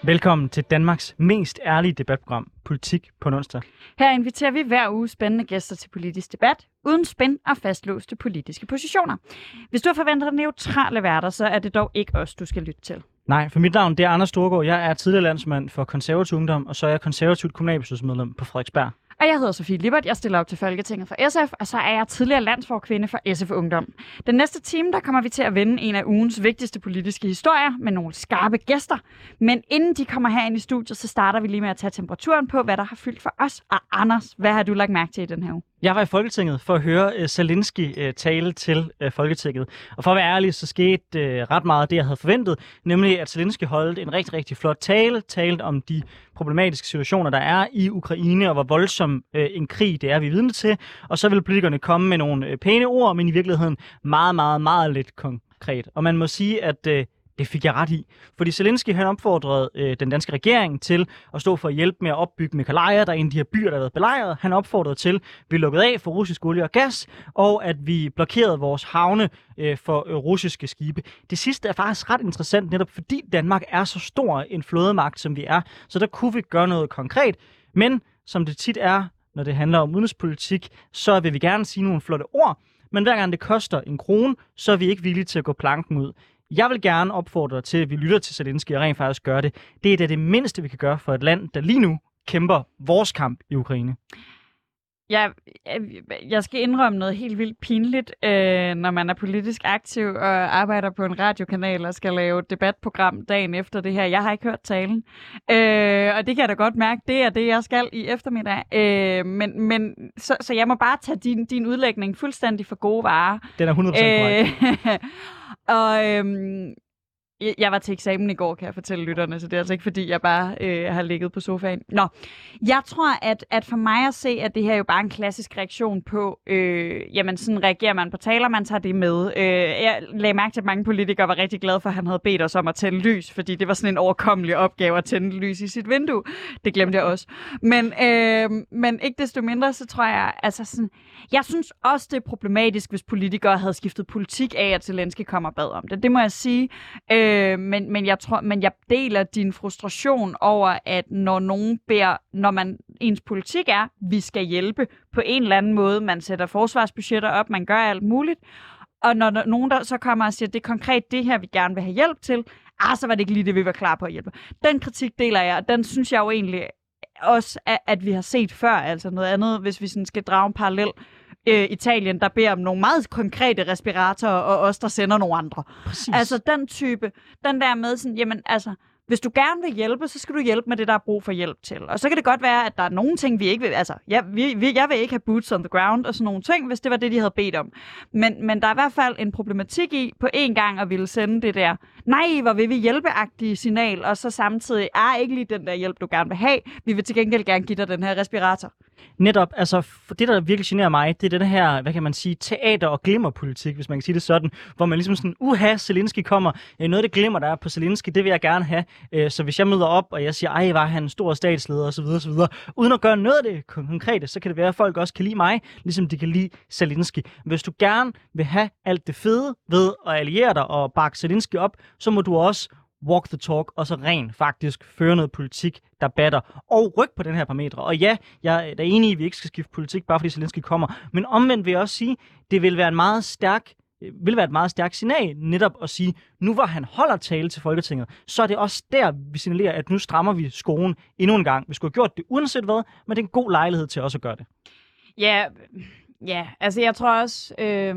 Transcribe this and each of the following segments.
Velkommen til Danmarks mest ærlige debatprogram, Politik på en onsdag. Her inviterer vi hver uge spændende gæster til politisk debat, uden spænd og fastlåste politiske positioner. Hvis du har forventet neutrale værter, så er det dog ikke os, du skal lytte til. Nej, for mit navn det er Anders Storgård. Jeg er tidligere landsmand for Konservativ Ungdom, og så er jeg konservativt kommunalbestyrelsesmedlem på Frederiksberg. Og jeg hedder Sofie Lippert, jeg stiller op til Folketinget for SF, og så er jeg tidligere landsforkvinde for SF Ungdom. Den næste time, der kommer vi til at vende en af ugens vigtigste politiske historier med nogle skarpe gæster. Men inden de kommer herind i studiet, så starter vi lige med at tage temperaturen på, hvad der har fyldt for os. Og Anders, hvad har du lagt mærke til i den her uge? Jeg var i Folketinget for at høre Zelensky tale til Folketinget. Og for at være ærlig, så skete ret meget af det, jeg havde forventet. Nemlig, at Zelensky holdt en rigtig, rigtig flot tale. Talte om de problematiske situationer, der er i Ukraine, og hvor voldsom en krig det er, vi er vidne til. Og så vil politikerne komme med nogle pæne ord, men i virkeligheden meget, meget, meget lidt konkret. Og man må sige, at det fik jeg ret i. Fordi Zelensky han opfordrede den danske regering til at stå for at hjælpe med at opbygge Mykolaiv, der er en af de her byer, der har været belejret. Han opfordrede til, at vi lukkede af for russisk olie og gas, og at vi blokerede vores havne for russiske skibe. Det sidste er faktisk ret interessant, netop fordi Danmark er så stor en flådemagt, som vi er. Så der kunne vi gøre noget konkret. Men som det tit er, når det handler om udenrigspolitik, så vil vi gerne sige nogle flotte ord. Men hver gang det koster 1 krone, så er vi ikke villige til at gå planken ud. Jeg vil gerne opfordre dig til, at vi lytter til Zelensky og rent faktisk gør det. Det er da det mindste, vi kan gøre for et land, der lige nu kæmper vores kamp i Ukraine. Jeg skal indrømme noget helt vildt pinligt, når man er politisk aktiv og arbejder på en radiokanal og skal lave et debatprogram dagen efter det her. Jeg har ikke hørt talen, og det kan jeg da godt mærke, det er det, jeg skal i eftermiddag. Så jeg må bare tage din udlægning fuldstændig for gode varer. Den er 100% korrekt. Og jeg var til eksamen i går, kan jeg fortælle lytterne, så det er altså ikke, fordi jeg bare har ligget på sofaen. Nå, jeg tror, at for mig at se, at det her er jo bare en klassisk reaktion på, jamen sådan reagerer man på taler, man tager det med. Jeg lagde mærke til, at mange politikere var rigtig glade for, at han havde bedt os om at tænde lys, fordi det var sådan en overkommelig opgave at tænde lys i sit vindue. Det glemte jeg også. Men ikke desto mindre, så tror jeg, altså sådan, jeg synes også, det er problematisk, hvis politikere havde skiftet politik af, at Zelensky kommer bad om det. Det må jeg sige. Men jeg deler din frustration over, at når nogen beder, ens politik er, vi skal hjælpe på en eller anden måde, man sætter forsvarsbudgetter op, man gør alt muligt, og når nogen der så kommer og siger, det er konkret det her, vi gerne vil have hjælp til, så var det ikke lige det, vi var klar på at hjælpe. Den kritik deler jeg, og den synes jeg jo egentlig også, at vi har set før, altså noget andet, hvis vi sådan skal drage en parallel. Italien, der beder om nogle meget konkrete respiratorer, og os, der sender nogle andre. Præcis. Altså den type, den der med sådan, jamen altså, hvis du gerne vil hjælpe, så skal du hjælpe med det, der er brug for hjælp til. Og så kan det godt være, at der er nogle ting, vi ikke vil, altså, jeg vil ikke have boots on the ground og sådan nogle ting, hvis det var det, de havde bedt om. Men der er i hvert fald en problematik i, på en gang at ville sende det der, nej, hvor vil vi hjælpeagtige signal, og så samtidig ikke lige den der hjælp, du gerne vil have. Vi vil til gengæld gerne give dig den her respirator. Netop, altså det, der virkelig generer mig, det er den her, hvad kan man sige, teater- og glimmerpolitik, hvis man kan sige det sådan, hvor man ligesom sådan, Zelensky kommer, noget af det glimmer, der er på Zelensky, det vil jeg gerne have. Så hvis jeg møder op, og jeg siger, var han en stor statsleder, osv., uden at gøre noget af det konkrete, så kan det være, at folk også kan lide mig, ligesom de kan lide Zelensky. Hvis du gerne vil have alt det fede ved at alliere dig og bakke Zelensky op, så må du også walk the talk, og så rent faktisk føre noget politik, der batter, og ryk på den her parametre. Og ja, jeg er da enig i, at vi ikke skal skifte politik, bare fordi Zelensky kommer. Men omvendt vil jeg også sige, det vil være et meget stærkt signal, netop at sige, nu hvor han holder tale til Folketinget, så er det også der, vi signalerer, at nu strammer vi skruen endnu en gang. Vi skulle have gjort det uanset hvad, men det er en god lejlighed til også at gøre det. Ja, altså jeg tror også,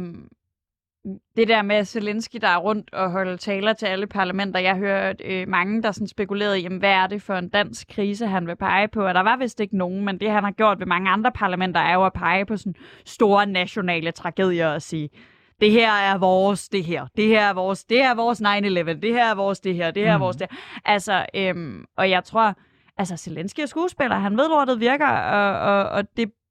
det der med Zelensky, der er rundt og holder taler til alle parlamenter, jeg har hørt mange, der sådan spekulerede i, hvad er det for en dansk krise, han vil pege på, og der var vist ikke nogen, men det han har gjort ved mange andre parlamenter, er jo at pege på sådan store nationale tragedier og sige, det her er vores, det her er vores, det er vores 9/11, det her er vores, det her er vores, det her. Altså, og jeg tror, altså Zelensky er skuespiller, han ved, hvor det virker, og det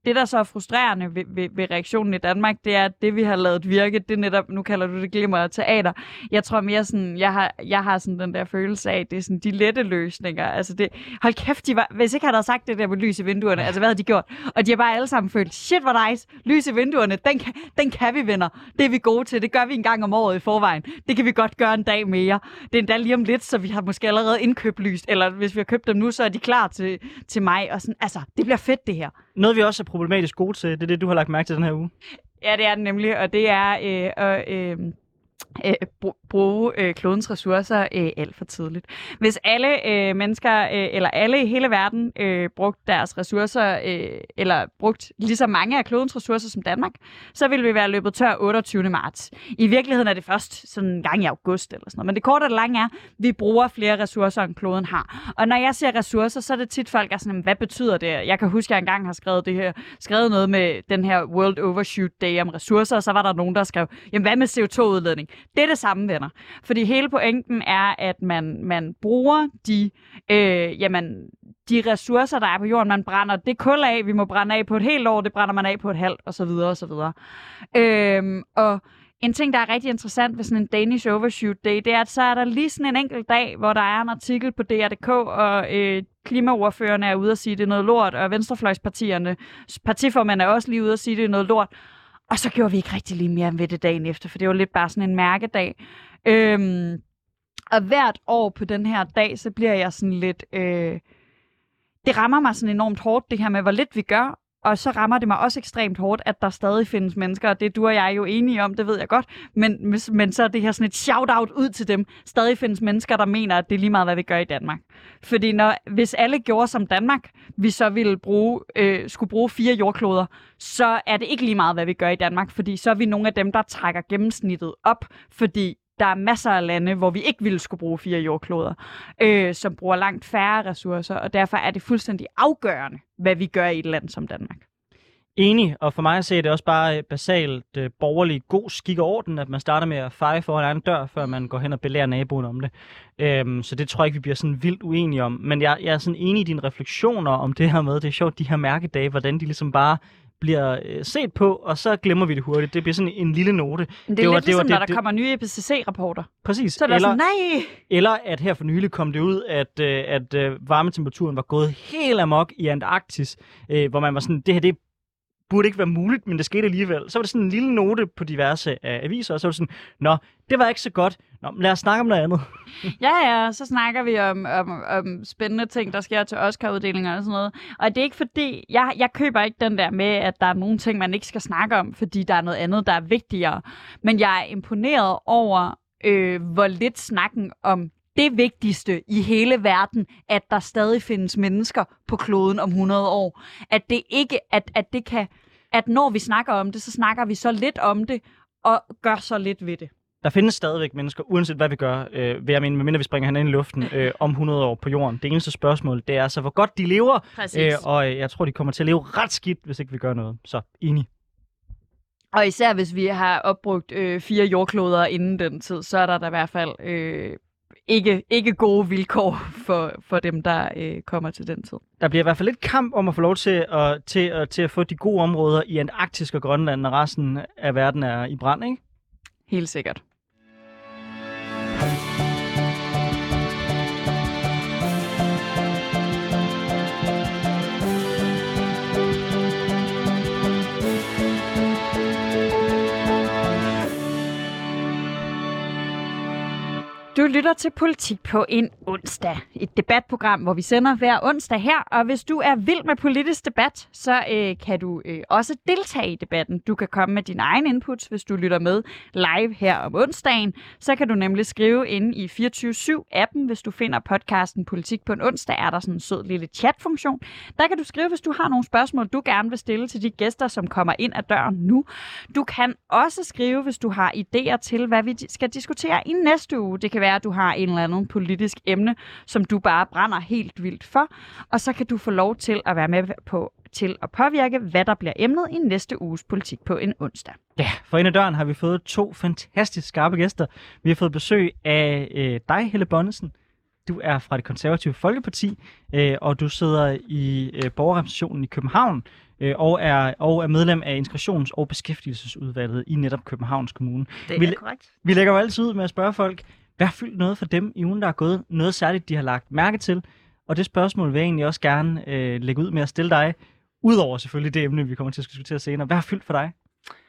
det, der så er frustrerende ved reaktionen i Danmark, det er, at det, vi har lavet virke, det netop, nu kalder du det glimmer og teater. Jeg tror mere sådan, jeg har sådan den der følelse af, det er sådan de lette løsninger. Altså det, hold kæft, hvis ikke han havde sagt det der med lys i vinduerne, altså hvad havde de gjort? Og de har bare alle sammen følt, shit, hvor nice, lys i vinduerne, den kan vi, venner. Det er vi gode til, det gør vi en gang om året i forvejen. Det kan vi godt gøre en dag mere. Det er endda lige om lidt, så vi har måske allerede indkøbt lys, eller hvis vi har købt dem nu, så er de klar til mig. Og sådan, altså, det bliver fedt, det her. Noget, vi også er problematisk gode til, det er det, du har lagt mærke til den her uge. Ja, det er det nemlig, og det er bruge klodens ressourcer alt for tidligt. Hvis alle mennesker, eller alle i hele verden, brugte deres ressourcer, eller brugt lige så mange af klodens ressourcer som Danmark, så ville vi være løbet tør 28. marts. I virkeligheden er det først sådan en gang i august eller sådan noget. Men det korte og det lange er, vi bruger flere ressourcer, end kloden har. Og når jeg siger ressourcer, så er det tit folk er sådan, hvad betyder det? Jeg kan huske, at jeg engang har skrevet noget med den her World Overshoot Day om ressourcer, og så var der nogen, der skrev, jamen hvad med CO2-udledning? Det er det samme, venner. Fordi hele pointen er, at man bruger de ressourcer, der er på jorden. Man brænder det kul af, vi må brænde af på et helt år, det brænder man af på et halvt, og så videre, og så videre. Og en ting, der er rigtig interessant ved sådan en Danish Overshoot Day, det er, at så er der lige sådan en enkelt dag, hvor der er en artikel på DR.dk, og klimaordførerne er ude at sige, det er noget lort, og venstrefløjspartierne, partiformænd er også lige ude at sige, det er noget lort. Og så gjorde vi ikke rigtig lige mere ved det dagen efter, for det var lidt bare sådan en mærkedag. Og hvert år på den her dag, så bliver jeg sådan lidt... det rammer mig sådan enormt hårdt, det her med, hvor lidt vi gør. Og så rammer det mig også ekstremt hårdt, at der stadig findes mennesker, og det du og jeg er jo enige om, det ved jeg godt. Men så er det her sådan et shout-out ud til dem. Stadig findes mennesker, der mener, at det er lige meget, hvad vi gør i Danmark. Fordi hvis alle gjorde som Danmark, vi så ville skulle bruge 4 jordkloder, så er det ikke lige meget, hvad vi gør i Danmark. Fordi så er vi nogle af dem, der trækker gennemsnittet op, fordi der er masser af lande, hvor vi ikke ville skulle bruge 4 jordkloder, som bruger langt færre ressourcer, og derfor er det fuldstændig afgørende, hvad vi gør i et land som Danmark. Enig, og for mig at se, er det også bare basalt borgerligt god skik og orden, at man starter med at feje foran egen dør, før man går hen og belærer naboen om det. Så det tror jeg ikke, vi bliver sådan vildt uenige om. Men jeg er sådan enig i dine refleksioner om det her med, det er sjovt, de her mærkedage, hvordan de ligesom bare bliver set på, og så glemmer vi det hurtigt. Det bliver sådan en lille note. Det er lidt ligesom, når der kommer nye IPCC-rapporter. Præcis. Så er der sådan, nej! Eller at her for nylig kom det ud, at varmetemperaturen var gået helt amok i Antarktis, hvor man var sådan, det her, det burde ikke være muligt, men det skete alligevel. Så var det sådan en lille note på diverse aviser, og så var det sådan, nå, det var ikke så godt. Nå, lad os snakke om noget andet. Ja, så snakker vi om spændende ting, der sker til Oscar-uddelinger og sådan noget. Og det er ikke fordi, jeg køber ikke den der med, at der er nogle ting, man ikke skal snakke om, fordi der er noget andet, der er vigtigere. Men jeg er imponeret over, hvor lidt snakken om det vigtigste i hele verden, at der stadig findes mennesker på kloden om 100 år. At det ikke, at det kan, at når vi snakker om det, så snakker vi så lidt om det, og gør så lidt ved det. Der findes stadigvæk mennesker, uanset hvad vi gør, vil jeg mene, medmindre vi springer hinanden i luften, om 100 år på jorden. Det eneste spørgsmål, det er så, hvor godt de lever, og jeg tror, de kommer til at leve ret skidt, hvis ikke vi gør noget. Så enig. Og især hvis vi har opbrugt 4 jordkloder inden den tid, så er der da i hvert fald ikke gode vilkår for dem, der kommer til den tid. Der bliver i hvert fald lidt kamp om at få lov til at få de gode områder i Antarktis og Grønland, når resten af verden er i brand, ikke? Helt sikkert. Du lytter til Politik på en onsdag. Et debatprogram, hvor vi sender hver onsdag her. Og hvis du er vild med politisk debat, så kan du også deltage i debatten. Du kan komme med din egen inputs, hvis du lytter med live her om onsdagen. Så kan du nemlig skrive inde i 24/7-appen. Hvis du finder podcasten Politik på en onsdag, er der sådan en sød lille chatfunktion. Der kan du skrive, hvis du har nogle spørgsmål, du gerne vil stille til de gæster, som kommer ind ad døren nu. Du kan også skrive, hvis du har idéer til, hvad vi skal diskutere i næste uge. Det kan være, at du har en eller anden politisk emne, som du bare brænder helt vildt for, og så kan du få lov til at være med til at påvirke, hvad der bliver emnet i næste uges Politik på en onsdag. Ja, for ind ad døren har vi fået 2 fantastisk skarpe gæster. Vi har fået besøg af dig, Helle Bonnesen. Du er fra Det Konservative Folkeparti, og du sidder i borgerrepræsentationen i København. og er medlem af Integrations- og Beskæftigelsesudvalget i netop Københavns Kommune. Det er korrekt. Vi lægger jo altid ud med at spørge folk, hvad har fyldt noget for dem i ugen, der er gået? Noget særligt, de har lagt mærke til? Og det spørgsmål vil jeg egentlig også gerne lægge ud med at stille dig, udover selvfølgelig det emne, vi kommer til at diskutere senere. Hvad har fyldt for dig?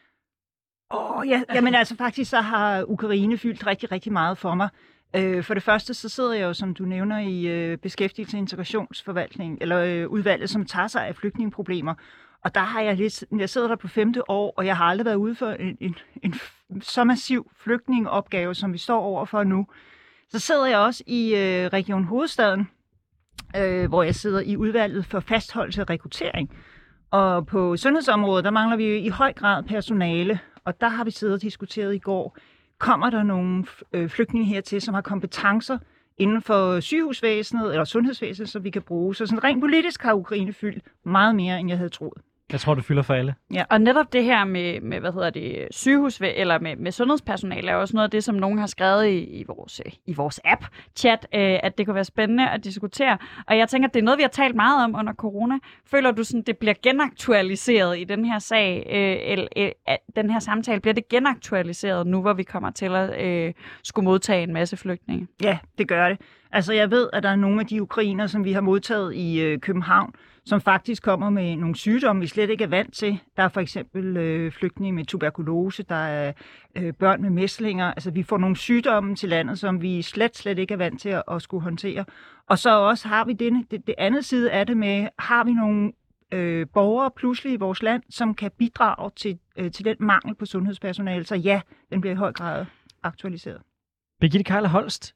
Jamen altså faktisk så har Ukraine fyldt rigtig, rigtig meget for mig. For det første så sidder jeg jo, som du nævner, i beskæftigelse- og integrationsforvaltning, eller udvalget, som tager sig af flygtningeproblemer. Og der har jeg sidder der på 5. år, og jeg har aldrig været ude for en så massiv flygtningeopgave, som vi står overfor nu. Så sidder jeg også i Region Hovedstaden, hvor jeg sidder i udvalget for fastholdelse og rekruttering. Og på sundhedsområdet, der mangler vi i høj grad personale, og der har vi siddet og diskuteret i går, kommer der nogle flygtninge hertil, som har kompetencer inden for sygehusvæsenet eller sundhedsvæsenet, som vi kan bruge. Så sådan rent politisk har Ukraine fyldt meget mere, end jeg havde troet. Jeg tror, det fylder for alle. Ja. Og netop det her med sygehus eller med sundhedspersonale er også noget af det, som nogen har skrevet i vores app-chat, at det kunne være spændende at diskutere. Og jeg tænker, at det er noget, vi har talt meget om under corona. Føler du sådan, det bliver genaktualiseret i den her sag, den her samtale? Bliver det genaktualiseret nu, hvor vi kommer til at skulle modtage en masse flygtninge? Ja, det gør det. Altså jeg ved, at der er nogle af de ukrainer, som vi har modtaget i København, som faktisk kommer med nogle sygdomme, vi slet ikke er vant til. Der er for eksempel flygtninge med tuberkulose, der er børn med mæslinger. Altså vi får nogle sygdomme til landet, som vi slet ikke er vant til at skulle håndtere. Og så også har vi det andet side af det med, har vi nogle borgere pludselig i vores land, som kan bidrage til den mangel på sundhedspersonale. Så ja, den bliver i høj grad aktualiseret. Birgitte Kejler Holst.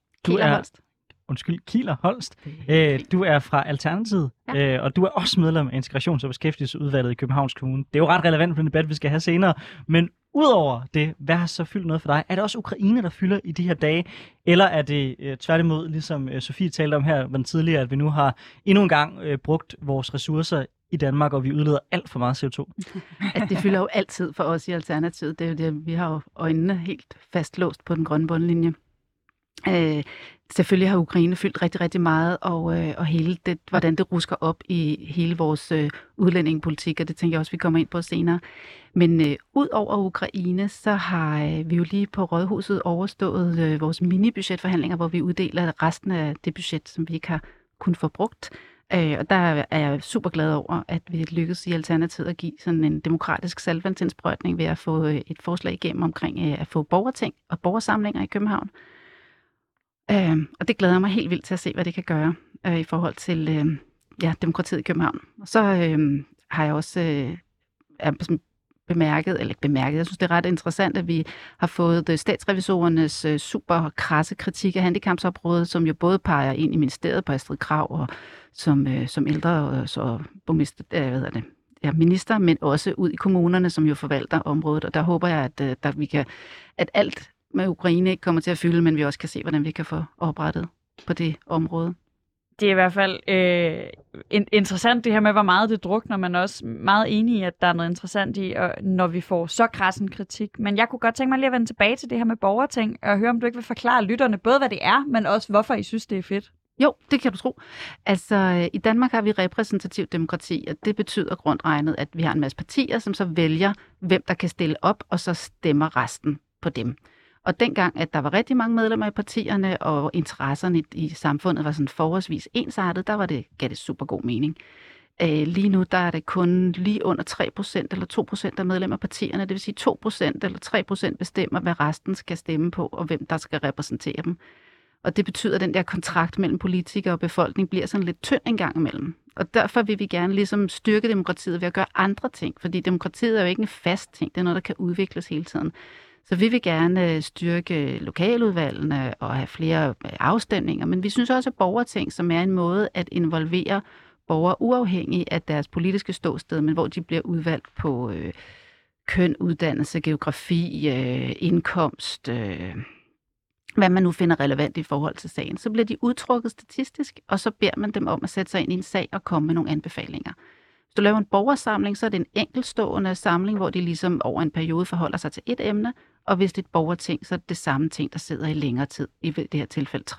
Kieler Holst. Du er fra Alternativet, og du er også medlem af Integrations- og Beskæftigelsesudvalget i Københavns Kommune. Det er jo ret relevant for den debat, vi skal have senere. Men udover det, hvad har så fyldt noget for dig? Er det også Ukraine, der fylder i de her dage? Eller er det tværtimod, ligesom Sofie talte om her tidligere, at vi nu har endnu en gang brugt vores ressourcer i Danmark, og vi udleder alt for meget CO2? At det fylder jo altid for os i Alternativet. Det er jo det, vi har jo øjnene helt fastlåst på den grønne bundlinje. Selvfølgelig har Ukraine fyldt rigtig, rigtig meget, og hele det, hvordan det rusker op i hele vores udlændingepolitik, og det tænker jeg også, vi kommer ind på senere. Men ud over Ukraine, så har vi jo lige på Rådhuset overstået vores mini-budgetforhandlinger, hvor vi uddeler resten af det budget, som vi ikke har kunnet få brugt. Og der er jeg super glad over, at vi lykkedes i Alternativet at give sådan en demokratisk saltvandsindsprøjtning ved at få et forslag igennem omkring at få borgerting og borgersamlinger i København. Og det glæder mig helt vildt til at se, hvad det kan gøre i forhold til demokratiet i København. Og så har jeg også bemærket, jeg synes det er ret interessant, at vi har fået statsrevisorernes super krasse kritik af handicapområdet, som jo både peger ind i ministeriet på Astrid Krag og som ældre og så minister, men også ud i kommunerne, som jo forvalter området. Og der håber jeg, at alt med Ukraine ikke kommer til at fylde, men vi også kan se, hvordan vi kan få oprettet på det område. Det er i hvert fald interessant det her med, hvor meget det drukner, men også meget enig i, at der er noget interessant i, når vi får så krassen kritik. Men jeg kunne godt tænke mig lige at vende tilbage til det her med borgerting, og høre, om du ikke vil forklare lytterne både, hvad det er, men også hvorfor I synes, det er fedt. Jo, det kan du tro. Altså, i Danmark har vi repræsentativt demokrati, og det betyder grundregnet, at vi har en masse partier, som så vælger, hvem der kan stille op, og så stemmer resten på dem. Og dengang, at der var rigtig mange medlemmer i partierne, og interesserne i samfundet var sådan forholdsvis ensartet, gav det super god mening. Lige nu, der er det kun lige under 3% eller 2% af medlemmer af partierne, det vil sige 2% eller 3% bestemmer, hvad resten skal stemme på, og hvem der skal repræsentere dem. Og det betyder, at den der kontrakt mellem politikere og befolkning bliver sådan lidt tynd en gang imellem. Og derfor vil vi gerne ligesom styrke demokratiet ved at gøre andre ting, fordi demokratiet er jo ikke en fast ting, det er noget, der kan udvikles hele tiden. Så vi vil gerne styrke lokaludvalgene og have flere afstemninger, men vi synes også, at borgerting, som er en måde at involvere borgere uafhængigt af deres politiske ståsted, men hvor de bliver udvalgt på køn, uddannelse, geografi, indkomst, hvad man nu finder relevant i forhold til sagen. Så bliver de udtrukket statistisk, og så beder man dem om at sætte sig ind i en sag og komme med nogle anbefalinger. Hvis du laver en borgersamling, så er det en enkeltstående samling, hvor de ligesom over en periode forholder sig til et emne, og hvis det er et borgerting, så er det det samme ting, der sidder i længere tid, i det her tilfælde 3 år.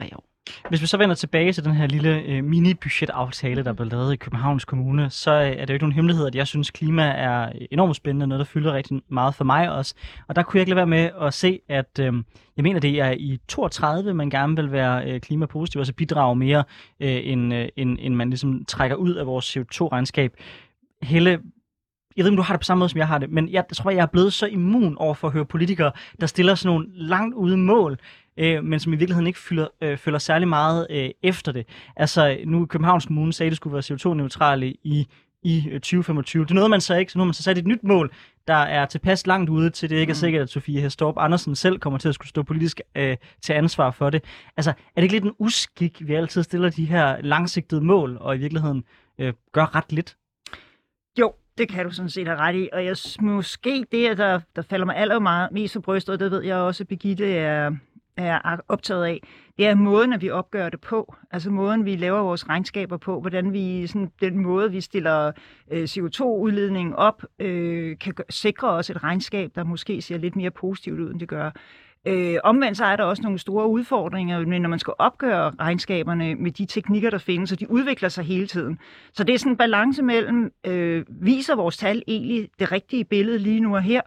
Hvis vi så vender tilbage til den her lille mini-budgetaftale, der blev lavet i Københavns Kommune, så er det jo ikke nogen hemmelighed, at jeg synes, klima er enormt spændende, noget der fylder rigtig meget for mig også. Og der kunne jeg ikke lade være med at se, at jeg mener, det er i 32, man gerne vil være klimapositiv, altså bidrage mere, end man ligesom trækker ud af vores CO2-regnskab. Helle, jeg ved ikke, om du har det på samme måde, som jeg har det, men jeg tror, jeg er blevet så immun over for at høre politikere, der stiller sådan nogle langt ude mål, men som i virkeligheden ikke følger særlig meget efter det. Altså, nu Københavns Kommune sagde, at det skulle være CO2-neutrale i 2025. Det nåede man så ikke, så nu har man så sat et nyt mål, der er tilpas langt ude til det ikke er sikkert, at Sofie Hæstorp Andersen selv kommer til at skulle stå politisk til ansvar for det. Altså, er det ikke lidt en uskik, vi altid stiller de her langsigtede mål, og i virkeligheden gør ret lidt? Jo, det kan du sådan set have ret i, og måske det, at der falder mig allermest mest på brystet, og det ved jeg også, at Birgitte er optaget af, det er måden, at vi opgør det på. Altså måden, vi laver vores regnskaber på, hvordan vi, sådan, den måde, vi stiller CO2-udledningen op, kan sikre os et regnskab, der måske ser lidt mere positivt ud, end det gør. Omvendt så er der også nogle store udfordringer, men når man skal opgøre regnskaberne med de teknikker, der findes, og de udvikler sig hele tiden. Så det er sådan en balance mellem, viser vores tal egentlig det rigtige billede lige nu og her,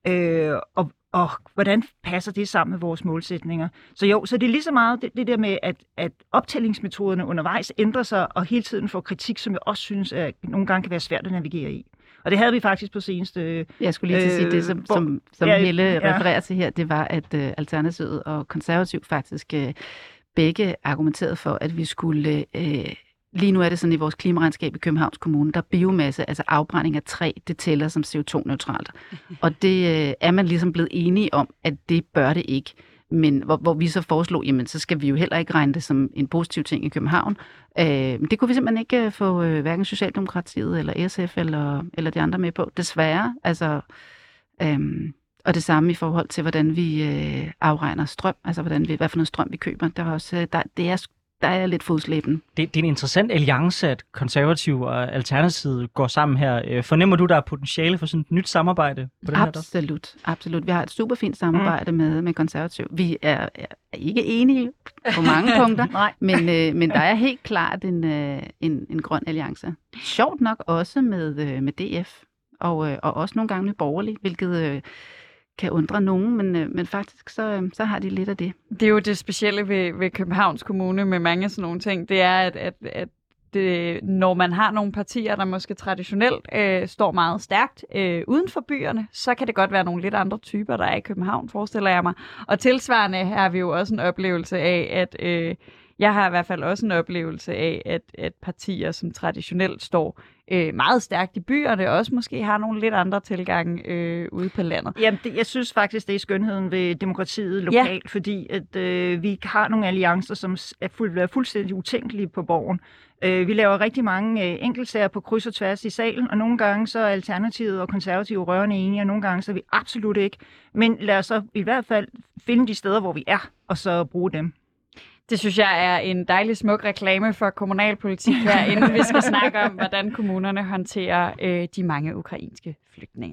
og hvordan passer det sammen med vores målsætninger? Så jo, så det er lige så meget det der med, at optællingsmetoderne undervejs ændrer sig, og hele tiden får kritik, som jeg også synes, at nogle gange kan være svært at navigere i. Og det havde vi faktisk på seneste... Jeg skulle lige til at sige det, som Helle refererer til her, det var, at Alternativet og Konservativ faktisk begge argumenterede for, at vi skulle... Lige nu er det sådan i vores klimaregnskab i Københavns Kommune, der er biomasse, altså afbrænding af træ, det tæller som CO2-neutralt. Og det er man ligesom blevet enige om, at det bør det ikke. Men hvor vi så foreslog, jamen så skal vi jo heller ikke regne det som en positiv ting i København. Det kunne vi simpelthen ikke få hverken Socialdemokratiet eller SF eller de andre med på, desværre. Altså, og det samme i forhold til, hvordan vi afregner strøm, altså hvad for noget strøm vi køber. Der er også, der er lidt fodslæben. Det er en interessant alliance, at Konservative og Alternativet går sammen her. Fornemmer du, der er potentiale for sådan et nyt samarbejde på den her? Absolut. Vi har et super fint samarbejde med Konservative. Vi er ikke enige på mange punkter, men der er helt klart en grøn alliance. Sjovt nok også med DF, og også nogle gange med borgerlige, hvilket... kan undre nogen, men faktisk så har de lidt af det. Det er jo det specielle ved Københavns Kommune med mange af sådan nogle ting, det er, at det, når man har nogle partier, der måske traditionelt står meget stærkt uden for byerne, så kan det godt være nogle lidt andre typer, der er i København, forestiller jeg mig. Og tilsvarende har vi jo også en oplevelse af, at jeg har i hvert fald også en oplevelse af, at partier, som traditionelt står meget stærkt i byerne, også måske har nogle lidt andre tilgange ude på landet. Jamen, jeg synes faktisk, det er skønheden ved demokratiet lokalt, fordi at vi har nogle alliancer, som er fuldstændig utænkelige på borgen. Vi laver rigtig mange enkeltsager på kryds og tværs i salen, og nogle gange så er Alternativet og Konservative rørende enige, og nogle gange så er vi absolut ikke. Men lad os så i hvert fald finde de steder, hvor vi er, og så bruge dem. Det synes jeg er en dejlig smuk reklame for kommunalpolitik her, inden vi skal snakke om, hvordan kommunerne håndterer de mange ukrainske flygtninge.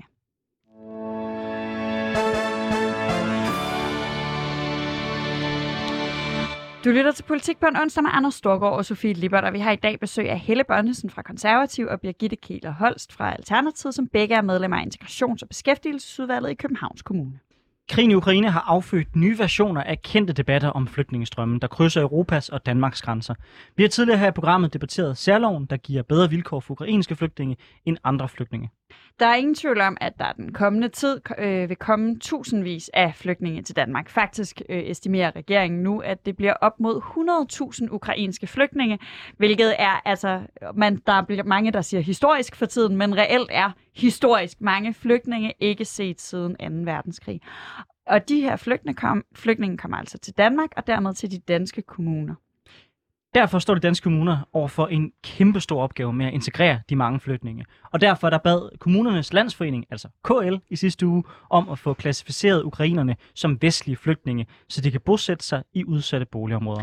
Du lytter til Politik på en onsdag med Anders Storgård og Sofie Lippert, og vi har i dag besøg af Helle Bonnesen fra Konservativ og Birgitte Kehler Holst fra Alternativet, som begge er medlemmer af Integrations- og Beskæftigelsesudvalget i Københavns Kommune. Krigen i Ukraine har affødt nye versioner af kendte debatter om flygtningestrømmen, der krydser Europas og Danmarks grænser. Vi har tidligere her i programmet debatteret særloven, der giver bedre vilkår for ukrainske flygtninge end andre flygtninge. Der er ingen tvivl om, at der den kommende tid vil komme tusindvis af flygtninge til Danmark. Faktisk estimerer regeringen nu, at det bliver op mod 100.000 ukrainske flygtninge, hvilket er altså, der er mange, der siger historisk for tiden, men reelt er historisk mange flygtninge ikke set siden 2. verdenskrig. Og de her flygtninge kommer altså til Danmark og dermed til de danske kommuner. Derfor står de danske kommuner over for en kæmpe stor opgave med at integrere de mange flygtninge. Og derfor der bad Kommunernes Landsforening, altså KL, i sidste uge, om at få klassificeret ukrainerne som vestlige flygtninge, så de kan bosætte sig i udsatte boligområder.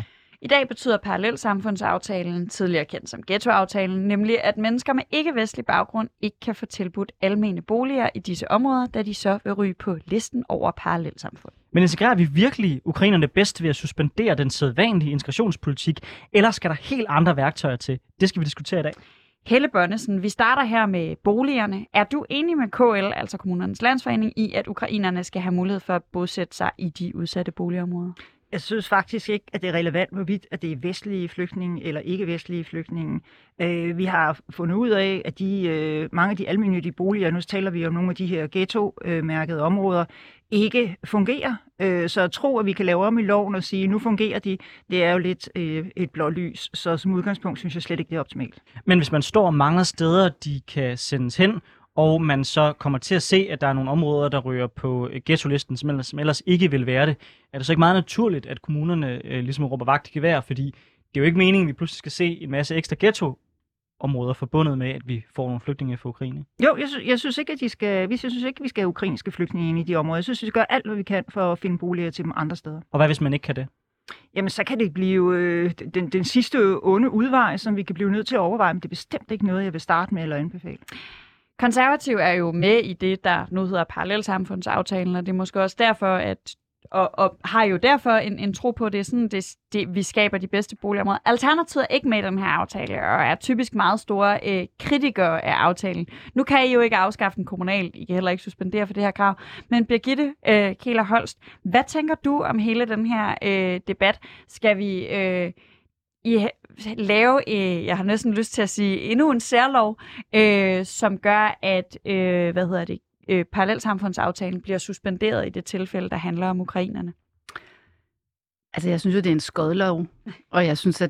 I dag betyder parallelsamfundsaftalen, tidligere kendt som ghettoaftalen, nemlig at mennesker med ikke-vestlig baggrund ikke kan få tilbudt almene boliger i disse områder, da de så vil ryge på listen over parallelsamfund. Men integrerer vi virkelig ukrainerne bedst ved at suspendere den sædvanlige integrationspolitik, eller skal der helt andre værktøjer til? Det skal vi diskutere i dag. Helle Bonnesen, vi starter her med boligerne. Er du enig med KL, altså Kommunernes Landsforening, i at ukrainerne skal have mulighed for at bosætte sig i de udsatte boligområder? Jeg synes faktisk ikke, at det er relevant, hvorvidt at det er vestlige flygtninge eller ikke-vestlige flygtninge. Vi har fundet ud af, at mange af de almennyttige boliger, nu taler vi om nogle af de her ghetto-mærkede områder, ikke fungerer. Så at tro, at vi kan lave om i loven og sige, at nu fungerer de, det er jo lidt et blåt lys. Så som udgangspunkt synes jeg slet ikke, det er optimalt. Men hvis man står mange steder, de kan sendes hen, og man så kommer til at se, at der er nogle områder, der ryger på ghetto-listen, som ellers ikke vil være det, er det så ikke meget naturligt, at kommunerne ligesom råber vagt i gevær, fordi det er jo ikke meningen, at vi pludselig skal se en masse ekstra ghetto-områder forbundet med, at vi får nogle flygtninge fra Ukraine? Jo, jeg synes ikke, at vi skal have ukrainske flygtninge ind i de områder. Jeg synes, vi skal gøre alt, hvad vi kan for at finde boliger til dem andre steder. Og hvad hvis man ikke kan det? Jamen, så kan det blive den sidste onde udvej, som vi kan blive nødt til at overveje, men det er bestemt ikke noget, jeg vil starte med eller anbefale. Konservativ er jo med i det, der nu hedder parallelsamfundsaftalen, og det er måske også derfor, og har jo derfor en tro på, at det er sådan, vi skaber de bedste boligområder. Alternativet er ikke med i den her aftale, og er typisk meget store kritikere af aftalen. Nu kan I jo ikke afskaffe den kommunalt, I kan heller ikke suspendere for det her krav. Men Birgitte Kehler Holst, hvad tænker du om hele den her debat? Skal vi lave, jeg har næsten lyst til at sige, endnu en særlov, som gør, at parallelsamfundsaftalen bliver suspenderet i det tilfælde, der handler om ukrainerne? Altså, jeg synes jo, det er en skodlov, og jeg synes, at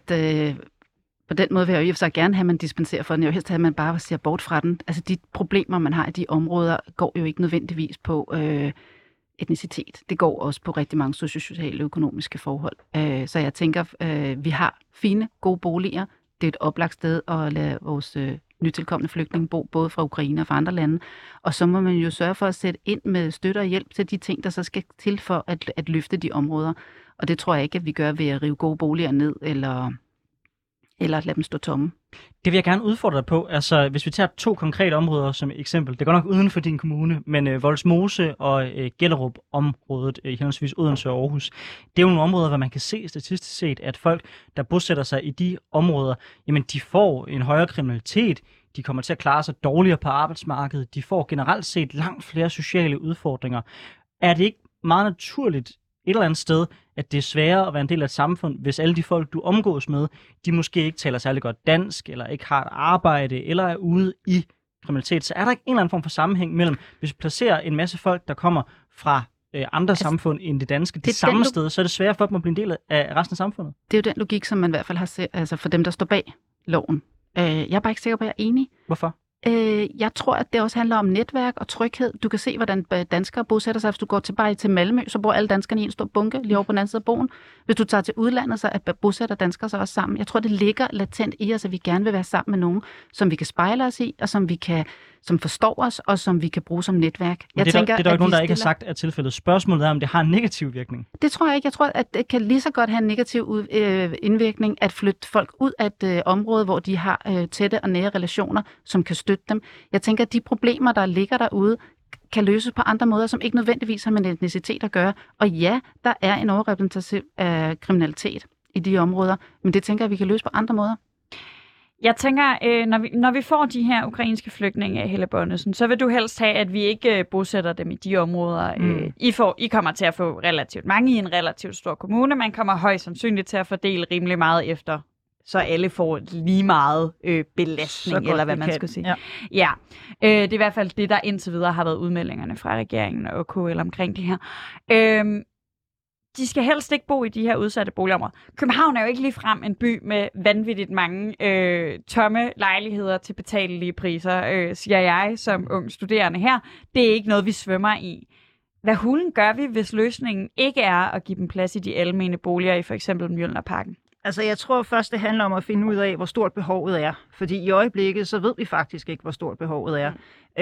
på den måde vil jeg jo så gerne have, at man dispenserer for den. Jeg vil helst have, at man bare ser bort fra den. Altså, de problemer, man har i de områder, går jo ikke nødvendigvis på etnicitet. Det går også på rigtig mange sociale og økonomiske forhold. Så jeg tænker, vi har fine, gode boliger. Det er et oplagt sted at lade vores nytilkommende flygtninge bo, både fra Ukraine og fra andre lande. Og så må man jo sørge for at sætte ind med støtte og hjælp til de ting, der så skal til for at løfte de områder. Og det tror jeg ikke, at vi gør ved at rive gode boliger ned, eller at lade dem stå tomme. Det vil jeg gerne udfordre dig på. Altså, hvis vi tager 2 konkrete områder som eksempel. Det går nok uden for din kommune, men Vollsmose og Gellerup-området i henholdsvis Odense og Aarhus. Det er jo nogle områder, hvor man kan se statistisk set, at folk, der bosætter sig i de områder, jamen de får en højere kriminalitet, de kommer til at klare sig dårligere på arbejdsmarkedet, de får generelt set langt flere sociale udfordringer. Er det ikke meget naturligt et eller andet sted, at det er sværere at være en del af et samfund, hvis alle de folk, du omgås med, de måske ikke taler særlig godt dansk, eller ikke har et arbejde, eller er ude i kriminalitet, så er der ikke en eller anden form for sammenhæng mellem, hvis vi placerer en masse folk, der kommer fra andre samfund end det danske, det samme sted, så er det sværere for dem at blive en del af resten af samfundet. Det er jo den logik, som man i hvert fald har set, altså for dem, der står bag loven. Jeg er bare ikke sikker på, at jeg er enig. Hvorfor? Jeg tror, at det også handler om netværk og tryghed. Du kan se, hvordan danskere bosætter sig. Hvis du går til Malmø, så bor alle danskerne i en stor bunke lige over på den anden side af broen. Hvis du tager til udlandet, så bosætter danskere sig også sammen. Jeg tror, det ligger latent i os, at vi gerne vil være sammen med nogen, som vi kan spejle os i, og som forstår os, og som vi kan bruge som netværk. Det er der ikke nogen, der ikke har sagt er tilfældet. Spørgsmålet er, om det har en negativ virkning. Det tror jeg ikke. Jeg tror, at det kan lige så godt have en negativ indvirkning at flytte folk ud af et område, hvor de har tætte og nære relationer, som kan støtte dem. Jeg tænker, at de problemer, der ligger derude, kan løses på andre måder, som ikke nødvendigvis har med etnicitet at gøre. Og ja, der er en overrepræsentation af kriminalitet i de områder, men det tænker jeg, vi kan løse på andre måder. Jeg tænker, når vi får de her ukrainske flygtninge, Helle Bonnesen, så vil du helst have, at vi ikke bosætter dem i de områder. I kommer til at få relativt mange i en relativt stor kommune. Man kommer højst sandsynligt til at fordele rimelig meget efter, så alle får lige meget belastning, eller hvad man skal sige. Ja. Det er i hvert fald det, der indtil videre har været udmeldingerne fra regeringen og KL omkring det her. De skal helst ikke bo i de her udsatte boligområder. København er jo ikke ligefrem en by med vanvittigt mange tomme lejligheder til betalelige priser, siger jeg som ung studerende her. Det er ikke noget, vi svømmer i. Hvad hulen gør vi, hvis løsningen ikke er at give dem plads i de almene boliger i for eksempel Mjølnerparken? Altså, jeg tror først, det handler om at finde ud af, hvor stort behovet er. Fordi i øjeblikket, så ved vi faktisk ikke, hvor stort behovet er.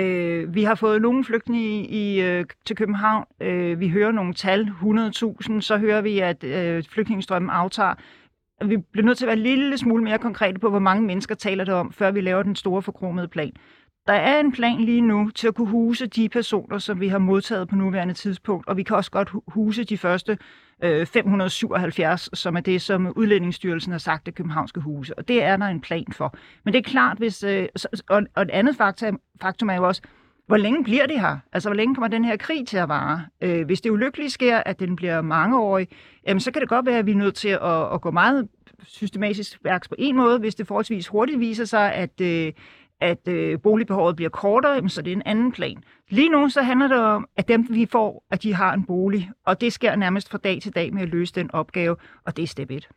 Vi har fået nogle flygtninge til København. Vi hører nogle tal, 100.000. Så hører vi, at flygtningestrømmen aftager. vi bliver nødt til at være en lille smule mere konkrete på, hvor mange mennesker taler det om, før vi laver den store forkromede plan. Der er en plan lige nu til at kunne huse de personer, som vi har modtaget på nuværende tidspunkt, og vi kan også godt huse de første 577, som er det, som Udlændingsstyrelsen har sagt, at københavnske huse. Og det er der en plan for. Men det er klart, hvis og et andet faktum er jo også, hvor længe bliver det her? Altså, hvor længe kommer den her krig til at vare? Hvis det ulykkelige sker, at den bliver mangeårig, jamen, så kan det godt være, at vi er nødt til at gå meget systematisk værks på en måde. Hvis det forholdsvis hurtigt viser sig, at boligbehovet bliver kortere, så det er en anden plan. Lige nu så handler det om, at dem vi får, at de har en bolig, og det sker nærmest fra dag til dag med at løse den opgave, og det er step 1.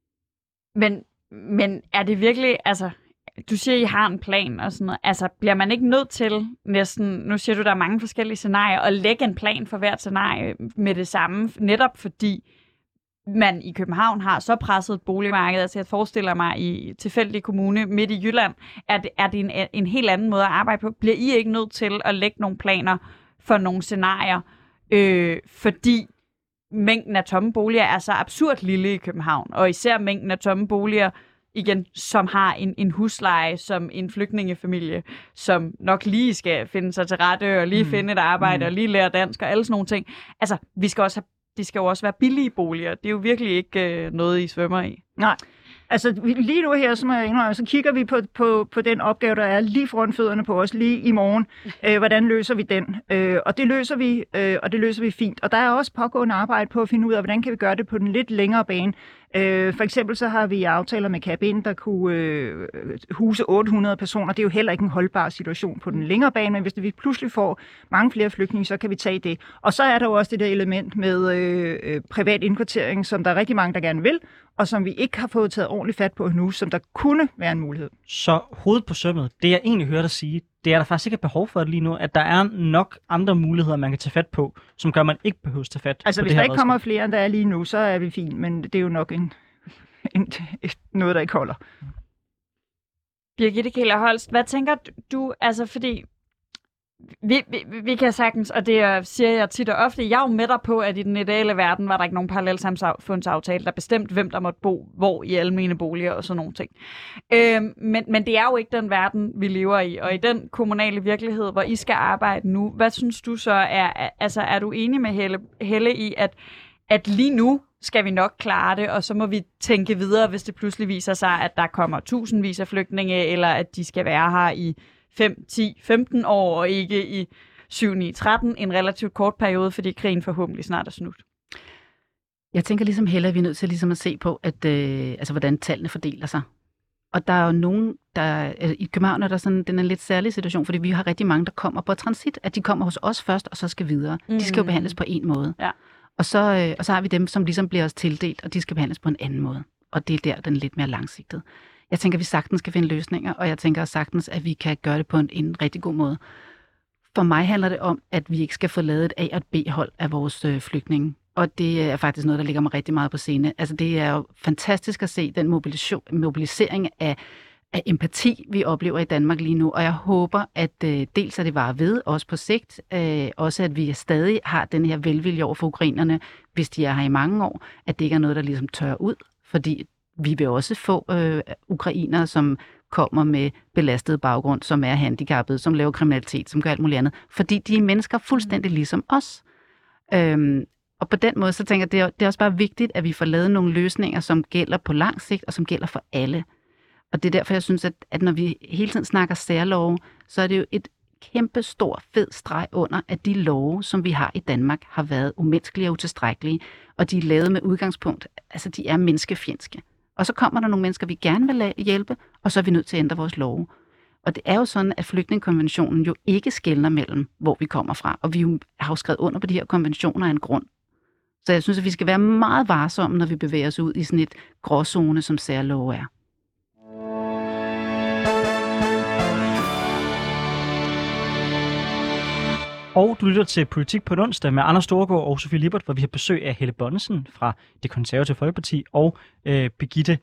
Men er det virkelig, altså, du siger, I har en plan og sådan noget, altså bliver man ikke nødt til næsten, nu siger du, der er mange forskellige scenarier, at lægge en plan for hvert scenarie med det samme, netop fordi man i København har så presset et boligmarked, altså jeg forestiller mig i tilfældig kommune midt i Jylland, er det en helt anden måde at arbejde på? Bliver I ikke nødt til at lægge nogle planer for nogle scenarier, fordi mængden af tomme boliger er så absurd lille i København, og især mængden af tomme boliger, igen, som har en husleje som en flygtningefamilie, som nok lige skal finde sig til rette, og lige finde et arbejde, og lige lære dansk, og alle sådan nogle ting. Altså, de skal jo også være billige boliger. Det er jo virkelig ikke noget, I svømmer i. Nej. Altså lige nu her, så kigger vi på den opgave, der er lige foran fødderne på os, lige i morgen. Hvordan løser vi den? Og det løser vi fint. Og der er også pågående arbejde på at finde ud af, hvordan kan vi gøre det på den lidt længere bane. For eksempel så har vi aftaler med Cabin, der kunne huse 800 personer. Det er jo heller ikke en holdbar situation på den længere bane, men hvis vi pludselig får mange flere flygtninge, så kan vi tage det. Og så er der jo også det der element med privat indkvartering, som der er rigtig mange, der gerne vil, og som vi ikke har fået taget ordentligt fat på nu, som der kunne være en mulighed. Så hovedet på sømmet, det jeg egentlig hørte dig sige, det er der faktisk ikke et behov for det lige nu, at der er nok andre muligheder, man kan tage fat på, som gør, at man ikke behøver at tage fat altså, på hvis det her der ikke kommer redskab. flere, end der er lige nu, så er vi fint, men det er jo nok noget, der ikke holder. Birgitte Keller Holst, hvad tænker du, altså fordi vi kan sagtens, og det siger jeg tit og ofte, jeg er jo med dig på, at i den ideelle verden var der ikke nogen parallelsamfundsaftale, der bestemte, hvem der måtte bo hvor i almene boliger og sådan nogle ting. Men det er jo ikke den verden, vi lever i, og i den kommunale virkelighed, hvor I skal arbejde nu, hvad synes du så er du enig med Helle i, at lige nu skal vi nok klare det, og så må vi tænke videre, hvis det pludselig viser sig, at der kommer tusindvis af flygtninge, eller at de skal være her i 5, 10, 15 år, og ikke i 7, 9, 13, en relativt kort periode, fordi krigen forhåbentlig snart er slut. Jeg tænker ligesom Helle, at vi er nødt til ligesom at se på, at, hvordan tallene fordeler sig. Og der er jo nogen, i København er der sådan, den er en lidt særlig situation, fordi vi har rigtig mange, der kommer på transit, at de kommer hos os først, og så skal videre. De skal jo behandles på en måde. Ja. Og så har vi dem, som ligesom bliver os tildelt, og de skal behandles på en anden måde. Og det er den lidt mere langsigtede. Jeg tænker, at vi sagtens skal finde løsninger, og jeg tænker sagtens, at vi kan gøre det på en rigtig god måde. For mig handler det om, at vi ikke skal få lavet et A- og et B-hold af vores flygtninge. Og det er faktisk noget, der ligger mig rigtig meget på scene. Altså, det er jo fantastisk at se den mobilisering af empati, vi oplever i Danmark lige nu. Og jeg håber, at dels at det varer ved, også på sigt, også at vi stadig har den her velvilje over for ukrainerne, hvis de er her i mange år, at det ikke er noget, der ligesom tørrer ud, fordi vi vil også få ukrainere, som kommer med belastet baggrund, som er handicappede, som laver kriminalitet, som gør alt muligt andet, fordi de er mennesker fuldstændig ligesom os. Og på den måde, så tænker jeg, det er også bare vigtigt, at vi får lavet nogle løsninger, som gælder på lang sigt, og som gælder for alle. Og det er derfor, jeg synes, at når vi hele tiden snakker særlove, så er det jo et kæmpe stor fed streg under, at de love, som vi har i Danmark, har været umenneskelige og utilstrækkelige, og de er lavet med udgangspunkt, altså de er menneskefjendske. Og så kommer der nogle mennesker, vi gerne vil hjælpe, og så er vi nødt til at ændre vores love. Og det er jo sådan, at flygtningekonventionen jo ikke skelner mellem, hvor vi kommer fra. Og vi har jo skrevet under på de her konventioner af en grund. Så jeg synes, at vi skal være meget varsomme, når vi bevæger os ud i sådan et gråzone, som særlove er. Og du lytter til Politik på en onsdag med Anders Storgård og Sofie Lippert, hvor vi har besøg af Helle Bonnesen fra Det Konservative Folkeparti og Birgitte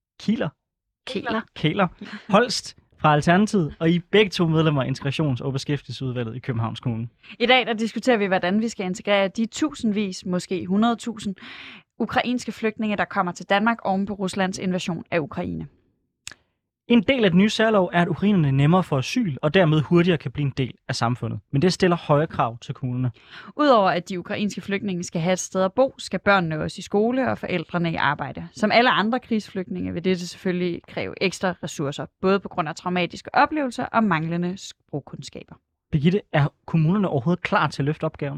Keller Holst fra Alternativet, og I er begge to medlemmer af Integrations- og Beskæftigelsesudvalget i Københavns Kommune. I dag der diskuterer vi, hvordan vi skal integrere de tusindvis, måske 100.000 ukrainske flygtninge, der kommer til Danmark oven på Ruslands invasion af Ukraine. En del af den nye særlov er, at ukrainerne nemmere får asyl, og dermed hurtigere kan blive en del af samfundet. Men det stiller høje krav til kommunerne. Udover at de ukrainske flygtninge skal have et sted at bo, skal børnene også i skole og forældrene i arbejde. Som alle andre krigsflygtninge vil dette selvfølgelig kræve ekstra ressourcer, både på grund af traumatiske oplevelser og manglende sprogkundskaber. Birgitte, er kommunerne overhovedet klar til at løfte opgaven?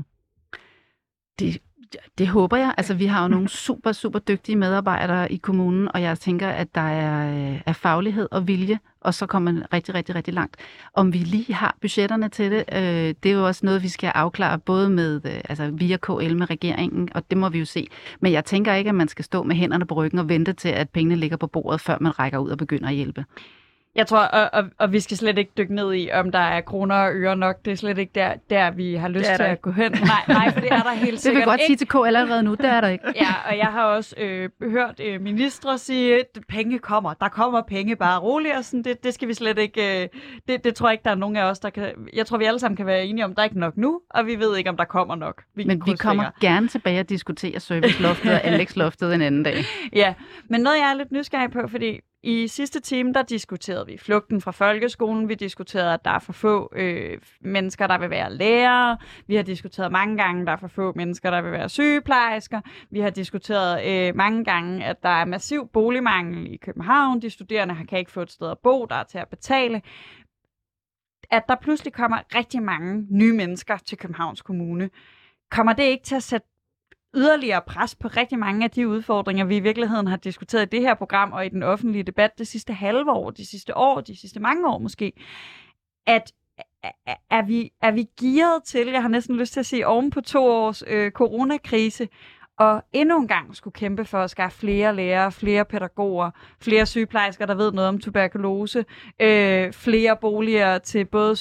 Det håber jeg. Altså, vi har jo nogle super, super dygtige medarbejdere i kommunen, og jeg tænker, at der er faglighed og vilje, og så kommer man rigtig, rigtig, rigtig langt. Om vi lige har budgetterne til det, det er jo også noget, vi skal afklare, både med, via KL med regeringen, og det må vi jo se. Men jeg tænker ikke, at man skal stå med hænderne på ryggen og vente til, at pengene ligger på bordet, før man rækker ud og begynder at hjælpe. Jeg tror, og vi skal slet ikke dykke ned i, om der er kroner og øre nok. Det er slet ikke der vi har lyst til at gå hen. Nej, for det er der helt sikkert. Det vil jeg godt sige til KL allerede nu, det er der ikke. Ja, og jeg har også hørt ministre sige, at penge kommer. Der kommer penge, bare roligt. Og sådan, det skal vi slet ikke... Det tror jeg ikke, der er nogen af os, der kan... Jeg tror, vi alle sammen kan være enige om, der er ikke nok nu, og vi ved ikke, om der kommer nok. Men vi kommer gerne tilbage og diskutere serviceloftet og anlægsloftet en anden dag. Ja, men noget, jeg er lidt nysgerrig på, fordi i sidste time, der diskuterede vi flugten fra folkeskolen. Vi diskuterede, at der er for få mennesker, der vil være lærere. Vi har diskuteret mange gange, at der er for få mennesker, der vil være sygeplejersker. Vi har diskuteret mange gange, at der er massiv boligmangel i København. De studerende kan ikke få et sted at bo, der er til at betale. At der pludselig kommer rigtig mange nye mennesker til Københavns Kommune. Kommer det ikke til at sætte yderligere pres på rigtig mange af de udfordringer, vi i virkeligheden har diskuteret i det her program og i den offentlige debat det sidste halve år, de sidste mange år måske, at er vi gearet til, jeg har næsten lyst til at sige, oven på 2 års coronakrise, og endnu en gang skulle kæmpe for at skaffe flere lærere, flere pædagoger, flere sygeplejersker, der ved noget om tuberkulose, flere boliger til både...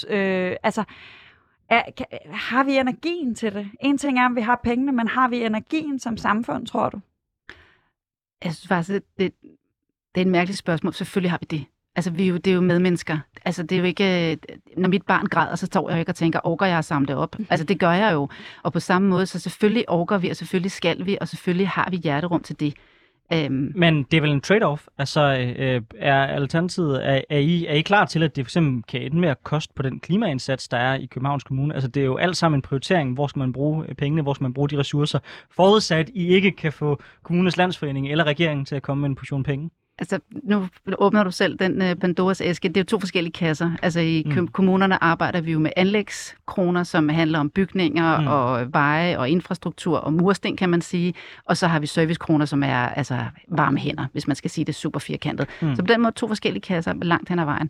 har vi energien til det? En ting er, om vi har pengene, men har vi energien som samfund, tror du? Jeg synes faktisk, det er et mærkeligt spørgsmål. Selvfølgelig har vi det. Altså, det er jo medmennesker. Altså, det er jo ikke... Når mit barn græder, så står jeg jo ikke og tænker, orker jeg at samle det op? Altså, det gør jeg jo. Og på samme måde, så selvfølgelig orker vi, og selvfølgelig skal vi, og selvfølgelig har vi hjerterum til det. Men det er vel en trade-off? Altså, er alternativet, er I klar til, at det for eksempel kan ende med at koste på den klimaindsats, der er i Københavns Kommune? Altså, det er jo alt sammen en prioritering. Hvor skal man bruge pengene? Hvor skal man bruge de ressourcer? Forudsat, I ikke kan få Kommunernes Landsforening eller regeringen til at komme med en portion penge? Altså, nu åbner du selv den Pandoras æske. Det er jo 2 forskellige kasser. Altså, i kommunerne arbejder vi jo med anlægskroner, som handler om bygninger og veje og infrastruktur og mursten, kan man sige. Og så har vi servicekroner, som er altså varme hænder, hvis man skal sige det super firkantet. Så på den måde 2 forskellige kasser langt hen ad vejen.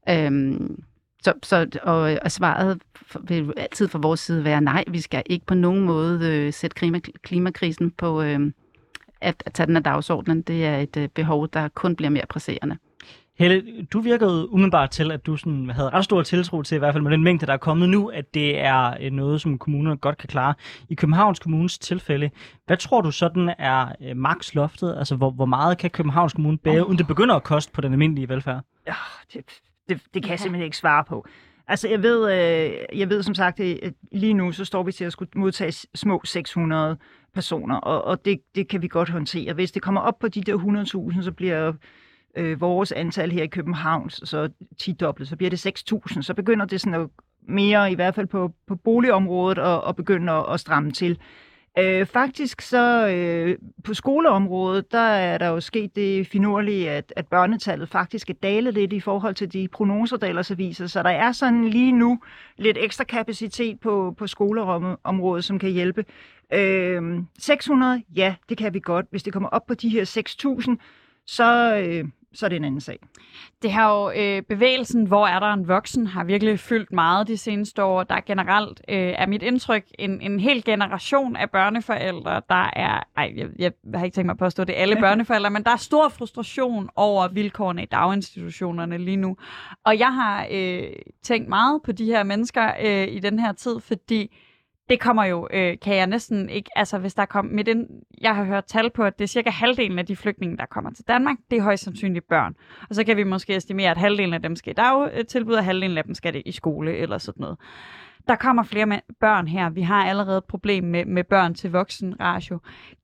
Og svaret vil altid fra vores side være nej, vi skal ikke på nogen måde sætte klimakrisen på... at tage den af dagsordenen, det er et behov, der kun bliver mere presserende. Helle, du virkede umiddelbart til, at du sådan havde ret stor tiltro til, i hvert fald med den mængde, der er kommet nu, at det er noget, som kommunerne godt kan klare. I Københavns Kommunes tilfælde, hvad tror du sådan er maksloftet? Altså, hvor meget kan Københavns Kommune bære, uden det begynder at koste på den almindelige velfærd? Ja, det kan jeg simpelthen ikke svare på. Altså, jeg ved som sagt, at lige nu så står vi til at skulle modtage små 600 personer, og det kan vi godt håndtere. Hvis det kommer op på de der 100.000, så bliver vores antal her i København så 10-dobblet, så bliver det 6.000. Så begynder det sådan at mere, i hvert fald på boligområdet, og begynder at stramme til. Faktisk så på skoleområdet, der er der jo sket det finurlige, at børnetallet faktisk er dalet lidt i forhold til de prognoser, der ellers viser. Så der er sådan lige nu lidt ekstra kapacitet på skoleområdet, som kan hjælpe. 600, ja, det kan vi godt. Hvis det kommer op på de her 6.000, så er det en anden sag. Det har jo bevægelsen, hvor er der en voksen, har virkelig fyldt meget de seneste år. Der er generelt, er mit indtryk, en hel generation af børneforældre, der er, jeg har ikke tænkt mig at påstå, det er alle børneforældre, men der er stor frustration over vilkårene i daginstitutionerne lige nu. Og jeg har tænkt meget på de her mennesker i den her tid, fordi det kommer jo, kan jeg næsten ikke, altså hvis der kommer med den, jeg har hørt tal på, at det er cirka halvdelen af de flygtninge, der kommer til Danmark, det er højst sandsynligt børn. Og så kan vi måske estimere, at halvdelen af dem skal i dagtilbud, og halvdelen af dem skal i skole eller sådan noget. Der kommer flere børn her. Vi har allerede et problem med børn til voksen ratio.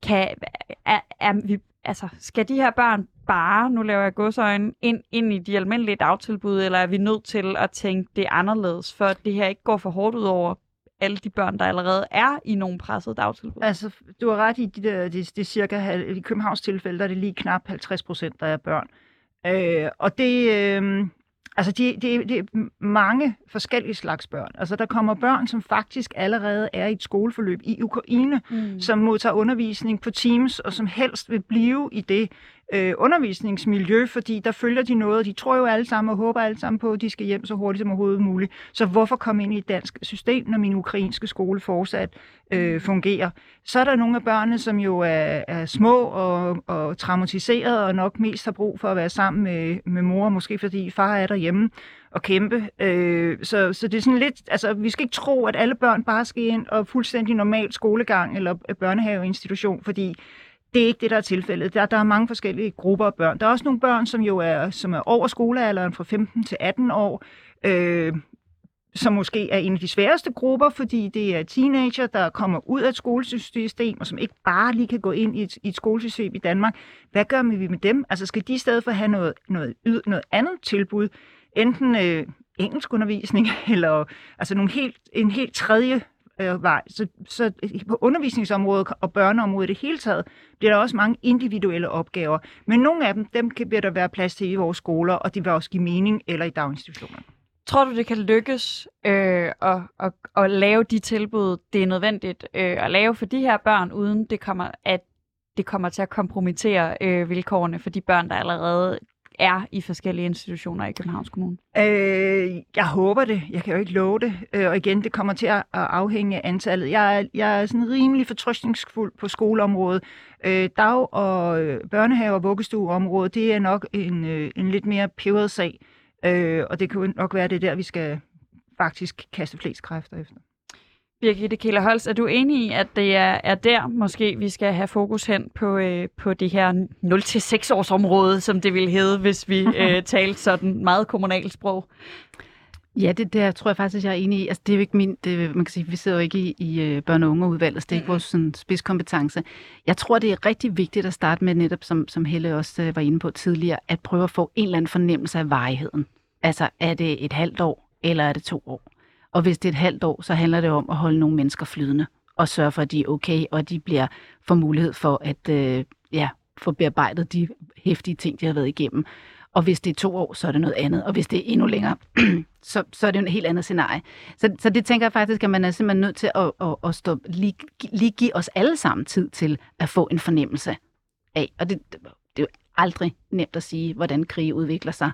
Skal de her børn bare, nu laver jeg godsøjne, ind i de almindelige dagtilbud, eller er vi nødt til at tænke det anderledes, for at det her ikke går for hårdt ud over alle de børn, der allerede er i nogle pressede dagtilbud? Altså, du har ret i, det cirka, i Københavns tilfælde, der er det lige knap 50%, der er børn. Og det er mange forskellige slags børn. Altså, der kommer børn, som faktisk allerede er i et skoleforløb i Ukraine, som modtager undervisning på Teams, og som helst vil blive i det undervisningsmiljø, fordi der følger de noget, og de tror jo alle sammen og håber alle sammen på, at de skal hjem så hurtigt som overhovedet muligt. Så hvorfor komme ind i et dansk system, når min ukrainske skole fortsat fungerer? Så er der nogle af børnene, som jo er små og traumatiserede, og nok mest har brug for at være sammen med mor, måske fordi far er derhjemme og kæmpe. Så det er sådan lidt, altså vi skal ikke tro, at alle børn bare skal ind og fuldstændig normal skolegang eller børnehaveinstitution, fordi det er ikke det, der er tilfældet. Der er mange forskellige grupper af børn. Der er også nogle børn, som er over skolealderen fra 15 til 18 år, som måske er en af de sværeste grupper, fordi det er teenager, der kommer ud af et skolesystem, og som ikke bare lige kan gå ind i et skolesystem i Danmark. Hvad gør vi med dem? Altså skal de i stedet for have noget andet tilbud, enten engelskundervisning, eller altså en helt tredje vej. Så på undervisningsområdet og børneområdet i det hele taget, bliver der også mange individuelle opgaver. Men nogle af dem vil der være plads til i vores skoler, og det vil også give mening eller i daginstitutionerne. Tror du, det kan lykkes at lave de tilbud, det er nødvendigt at lave for de her børn, uden at det kommer til at kompromittere vilkårene for de børn, der allerede er i forskellige institutioner i Københavns Kommune? Jeg håber det. Jeg kan jo ikke love det. Og igen, det kommer til at afhænge af antallet. Jeg er sådan rimelig fortrøstningsfuld på skoleområdet. Dag- og børnehave- og vuggestueområdet, det er nok en lidt mere peberet sag. Og det kan jo nok være det der, vi skal faktisk kaste flest kræfter efter. Birgitte Keller-Holst, er du enig i, at det er der måske, vi skal have fokus hen på det her 0-6 års område, som det ville hedde, hvis vi talte sådan meget kommunalt sprog? Ja, det tror jeg faktisk, jeg er enig i. Altså, det er jo ikke man kan sige, vi sidder jo ikke i børne- og ungeudvalget, så det er ikke vores sådan, spidskompetence. Jeg tror, det er rigtig vigtigt at starte med netop, som Helle også var inde på tidligere, at prøve at få en eller anden fornemmelse af varigheden. Altså, er det et halvt år, eller er det 2 år? Og hvis det er et halvt år, så handler det om at holde nogle mennesker flydende, og sørge for, at de er okay, og at de får mulighed for at få bearbejdet de heftige ting, de har været igennem. Og hvis det er 2 år, så er det noget andet. Og hvis det er endnu længere, så er det en helt andet scenarie. Så det tænker jeg faktisk, at man er simpelthen nødt til at lige give os alle sammen tid til at få en fornemmelse af. Og det er jo aldrig nemt at sige, hvordan krig udvikler sig.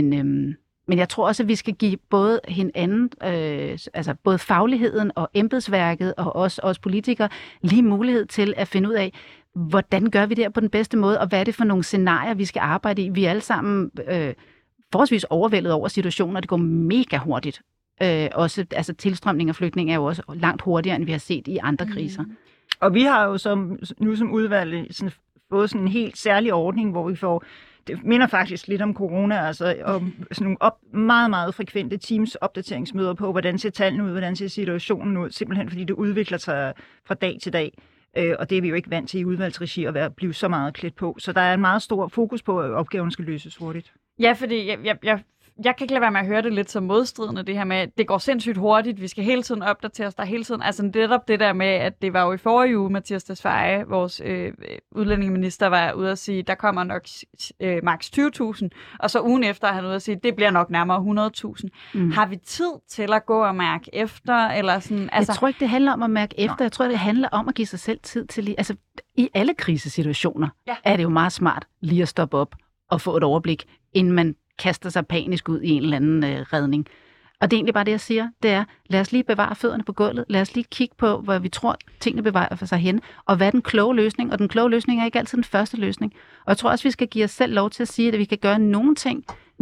Men jeg tror også, at vi skal give både hinanden, altså både fagligheden og embedsværket og også politikere, lige mulighed til at finde ud af, hvordan gør vi det her på den bedste måde, og hvad er det for nogle scenarier, vi skal arbejde i. Vi er alle sammen forholdsvis overvældet over situationer, det går mega hurtigt. Også altså, tilstrømning af flygtninge er jo også langt hurtigere, end vi har set i andre kriser. Og vi har jo som udvalg fået sådan en helt særlig ordning, hvor vi får, det minder faktisk lidt om corona, altså om sådan nogle meget, meget frekvente Teams-opdateringsmøder på, hvordan ser tallene ud, hvordan ser situationen ud, simpelthen fordi det udvikler sig fra dag til dag. Og det er vi jo ikke vant til i udvalgsregi at blive så meget klædt på. Så der er en meget stor fokus på, at opgaven skal løses hurtigt. Ja, fordi jeg kan ikke lade være med at høre det lidt som modstridende, det her med, at det går sindssygt hurtigt, vi skal hele tiden opdatere os, der hele tiden, altså netop det der med, at det var jo i forrige uge, Mathias Tesfaye, vores udlændingeminister, var ude at sige, der kommer nok maks 20.000, og så ugen efter er han ude at sige, det bliver nok nærmere 100.000. Har vi tid til at gå og mærke efter, eller sådan? Altså... Jeg tror ikke, det handler om at mærke efter, jeg tror, det handler om at give sig selv tid til, altså i alle krisesituationer er det jo meget smart lige at stoppe op og få et overblik, inden man kaster sig panisk ud i en eller anden redning. Og det er egentlig bare det, jeg siger, det er, lad os lige bevare fødderne på gulvet, lad os lige kigge på, hvor vi tror, tingene bevarer for sig hen, og hvad er den kloge løsning, og den kloge løsning er ikke altid den første løsning. Og jeg tror også, vi skal give os selv lov til at sige, at vi kan gøre nogle ting nu,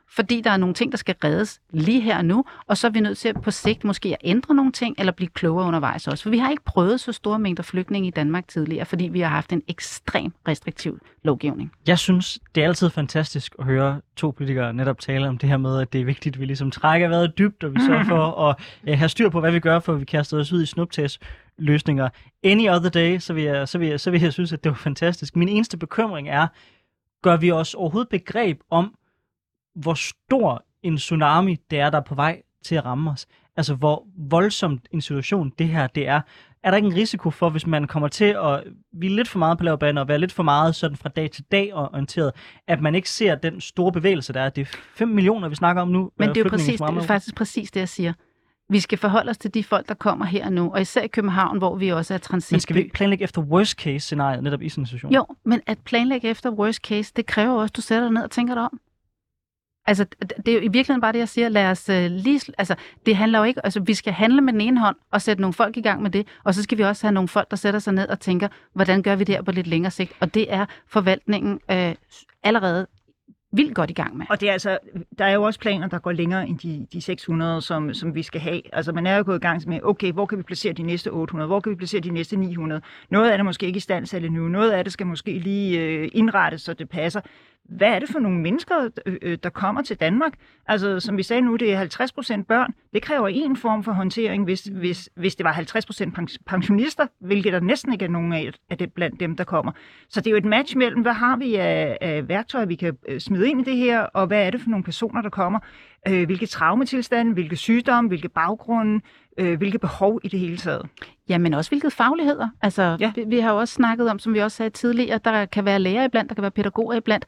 fordi der er nogle ting, der skal reddes lige her og nu, og så er vi nødt til på sigt måske at ændre nogle ting, eller blive klogere undervejs også. For vi har ikke prøvet så store mængder flygtninge i Danmark tidligere, fordi vi har haft en ekstrem restriktiv lovgivning. Jeg synes, det er altid fantastisk at høre to politikere netop tale om det her med, at det er vigtigt, at vi ligesom trækker vejret dybt, og vi sørger for at have styr på, hvad vi gør, for vi kaster os ud i snuptagsløsninger. Any other day, så vil jeg synes, at det var fantastisk. Min eneste bekymring er, gør vi os overhovedet begreb om, hvor stor en tsunami det er, der er på vej til at ramme os? Altså, hvor voldsomt en situation det her det er. Er der ikke en risiko for, hvis man kommer til at blive lidt for meget på lavbanen og være lidt for meget sådan fra dag til dag orienteret, at man ikke ser den store bevægelse, der er? Det er 5 millioner, vi snakker om nu. Men det er jo faktisk præcis det, jeg siger. Vi skal forholde os til de folk, der kommer her nu, og især i København, hvor vi også er transitby. Men skal vi ikke planlægge efter worst case scenariet netop i sådan en situation? Jo, men at planlægge efter worst case, det kræver også, at du sætter dig ned og tænker dig om. Altså, det er jo i virkeligheden bare det, jeg siger. Lad os det handler jo ikke... Altså, vi skal handle med den ene hånd og sætte nogle folk i gang med det, og så skal vi også have nogle folk, der sætter sig ned og tænker, hvordan gør vi det her på lidt længere sigt? Og det er forvaltningen allerede vildt godt i gang med. Og det er altså, der er jo også planer, der går længere end de 600, som vi skal have. Altså man er jo gået i gang med, okay, hvor kan vi placere de næste 800? Hvor kan vi placere de næste 900? Noget af det måske ikke i stand til nu. Noget af det skal måske lige indrettes, så det passer. Hvad er det for nogle mennesker, der kommer til Danmark? Altså, som vi sagde nu, det er 50% børn. Det kræver en form for håndtering, hvis det var 50% pensionister, hvilket der næsten ikke er nogen af det blandt dem, der kommer. Så det er jo et match mellem, hvad har vi af værktøjer, vi kan smide ind i det her, og hvad er det for nogle personer, der kommer? Hvilke traumetilstande, hvilke sygdomme, hvilke baggrunde, hvilke behov i det hele taget. Ja, men også hvilke fagligheder. Altså, ja. vi har jo også snakket om, som vi også sagde tidligere, der kan være lærere iblandt, der kan være pædagoger iblandt.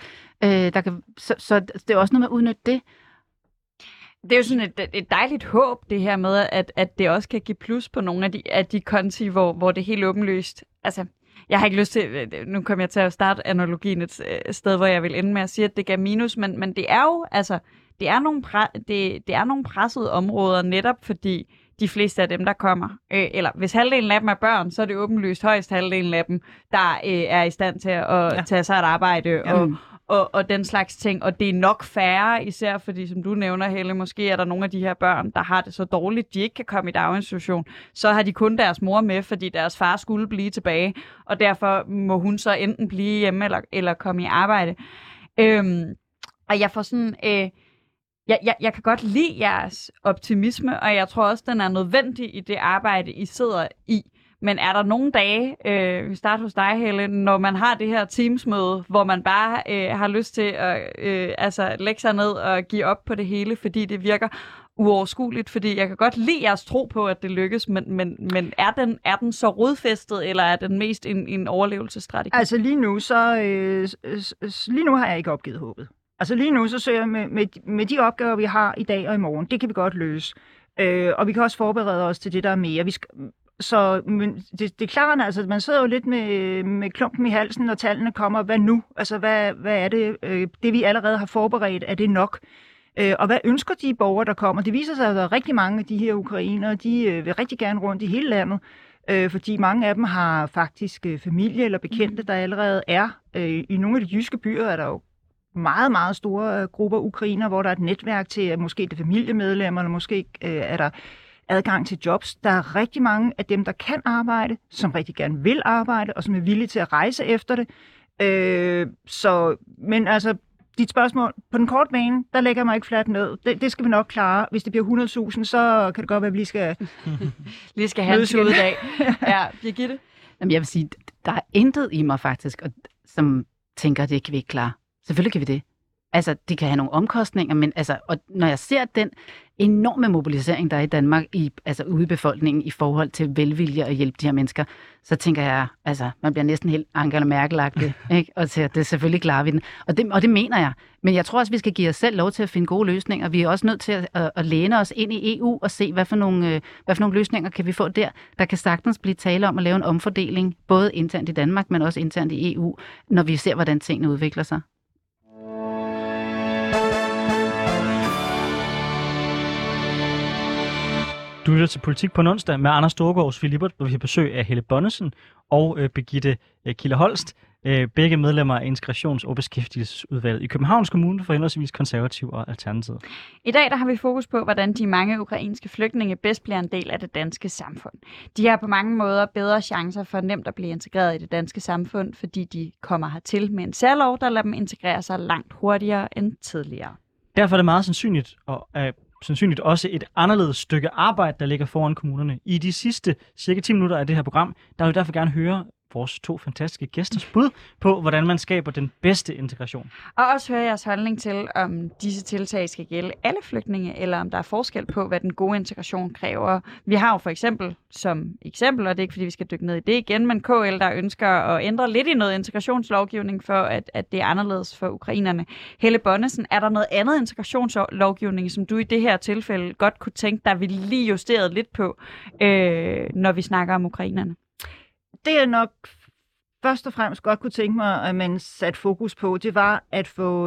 Så det er også noget med at udnytte det. Det er jo sådan et dejligt håb, det her med, at det også kan give plus på nogle af de konti, hvor det er helt åbenlyst. Altså, jeg har ikke lyst til, nu kommer jeg til at starte analogien et sted, hvor jeg vil ende med at sige, at det gav minus, men det er jo, altså, det er nogle pressede områder, netop fordi de fleste af dem, der kommer, eller hvis halvdelen af dem er børn, så er det åbenlyst højst halvdelen af dem, der er i stand til at tage sig et arbejde og den slags ting. Og det er nok færre, især fordi, som du nævner, Helle, måske er der nogle af de her børn, der har det så dårligt, de ikke kan komme i daginstitution. Så har de kun deres mor med, fordi deres far skulle blive tilbage, og derfor må hun så enten blive hjemme eller komme i arbejde. Og jeg får sådan... Jeg kan godt lide jeres optimisme, og jeg tror også, den er nødvendig i det arbejde, I sidder i. Men er der nogle dage, vi starter hos dig, Helle, når man har det her Teams-møde, hvor man bare har lyst til at lægge sig ned og give op på det hele, fordi det virker uoverskueligt? Fordi jeg kan godt lide jeres tro på, at det lykkes, men er den så rodfæstet, eller er den mest en overlevelsesstrategi? Altså lige nu har jeg ikke opgivet håbet. Altså lige nu, så søger jeg med de opgaver, vi har i dag og i morgen. Det kan vi godt løse. Og vi kan også forberede os til det, der er mere. Det er klart, altså, man sidder jo lidt med klumpen i halsen, når tallene kommer. Hvad nu? Altså, hvad er det, det vi allerede har forberedt, er det nok? Og hvad ønsker de borgere, der kommer? Det viser sig, at der er rigtig mange af de her ukrainere, de vil rigtig gerne rundt i hele landet. Fordi mange af dem har faktisk familie eller bekendte, der allerede er. I nogle af de jyske byer er der jo meget, meget store grupper ukrainer, hvor der er et netværk til, at måske det er familiemedlemmer, eller måske er der adgang til jobs. Der er rigtig mange af dem, der kan arbejde, som rigtig gerne vil arbejde, og som er villige til at rejse efter det. Men altså, dit spørgsmål, på den korte bane, der lægger mig ikke fladt ned. Det skal vi nok klare. Hvis det bliver 100.000, så kan det godt være, at vi lige skal have en ud af. Ja, Birgitte? Jamen, jeg vil sige, der er intet i mig faktisk, som tænker, det kan vi ikke klare. Selvfølgelig kan vi det. Altså, det kan have nogle omkostninger, men altså, og når jeg ser den enorme mobilisering, der er i Danmark, ude i befolkningen i forhold til velvilje og hjælpe de her mennesker, så tænker jeg, altså, man bliver næsten helt Angela Merkel-agtig, ikke? Og så det selvfølgelig klarer vi den. Og det mener jeg. Men jeg tror også, vi skal give os selv lov til at finde gode løsninger. Vi er også nødt til at læne os ind i EU og se, hvad for nogle løsninger kan vi få der. Der kan sagtens blive tale om at lave en omfordeling, både internt i Danmark, men også internt i EU, når vi ser, hvordan tingene udvikler sig. Du lytter til Politik på en onsdag med Anders Storgårds Philippert, hvor vi har besøg af Helle Bonnesen og Birgitte Killer Holst. begge medlemmer af Integrations- og Beskæftigelsesudvalget i Københavns Kommune for henholdsvis Konservativ og Alternativet. I dag der har vi fokus på, hvordan de mange ukrainske flygtninge bedst bliver en del af det danske samfund. De har på mange måder bedre chancer for nemt at blive integreret i det danske samfund, fordi de kommer hertil med en særlov, der lader dem integrere sig langt hurtigere end tidligere. Derfor er det meget sandsynligt også et anderledes stykke arbejde, der ligger foran kommunerne. I de sidste cirka 10 minutter af det her program, der vil jeg derfor gerne høre vores 2 fantastiske gæsters bud på, hvordan man skaber den bedste integration. Og også høre jeres holdning til, om disse tiltag skal gælde alle flygtninge, eller om der er forskel på, hvad den gode integration kræver. Vi har jo for eksempel, og det er ikke fordi, vi skal dykke ned i det igen, men KL, der ønsker at ændre lidt i noget integrationslovgivning, for at det er anderledes for ukrainerne. Helle Bonnesen, er der noget andet integrationslovgivning, som du i det her tilfælde godt kunne tænke dig, vi lige justeret lidt på, når vi snakker om ukrainerne? Det jeg nok først og fremmest godt kunne tænke mig, at man satte fokus på, det var at få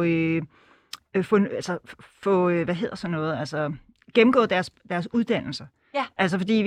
gennemgået deres uddannelser. Ja. Altså fordi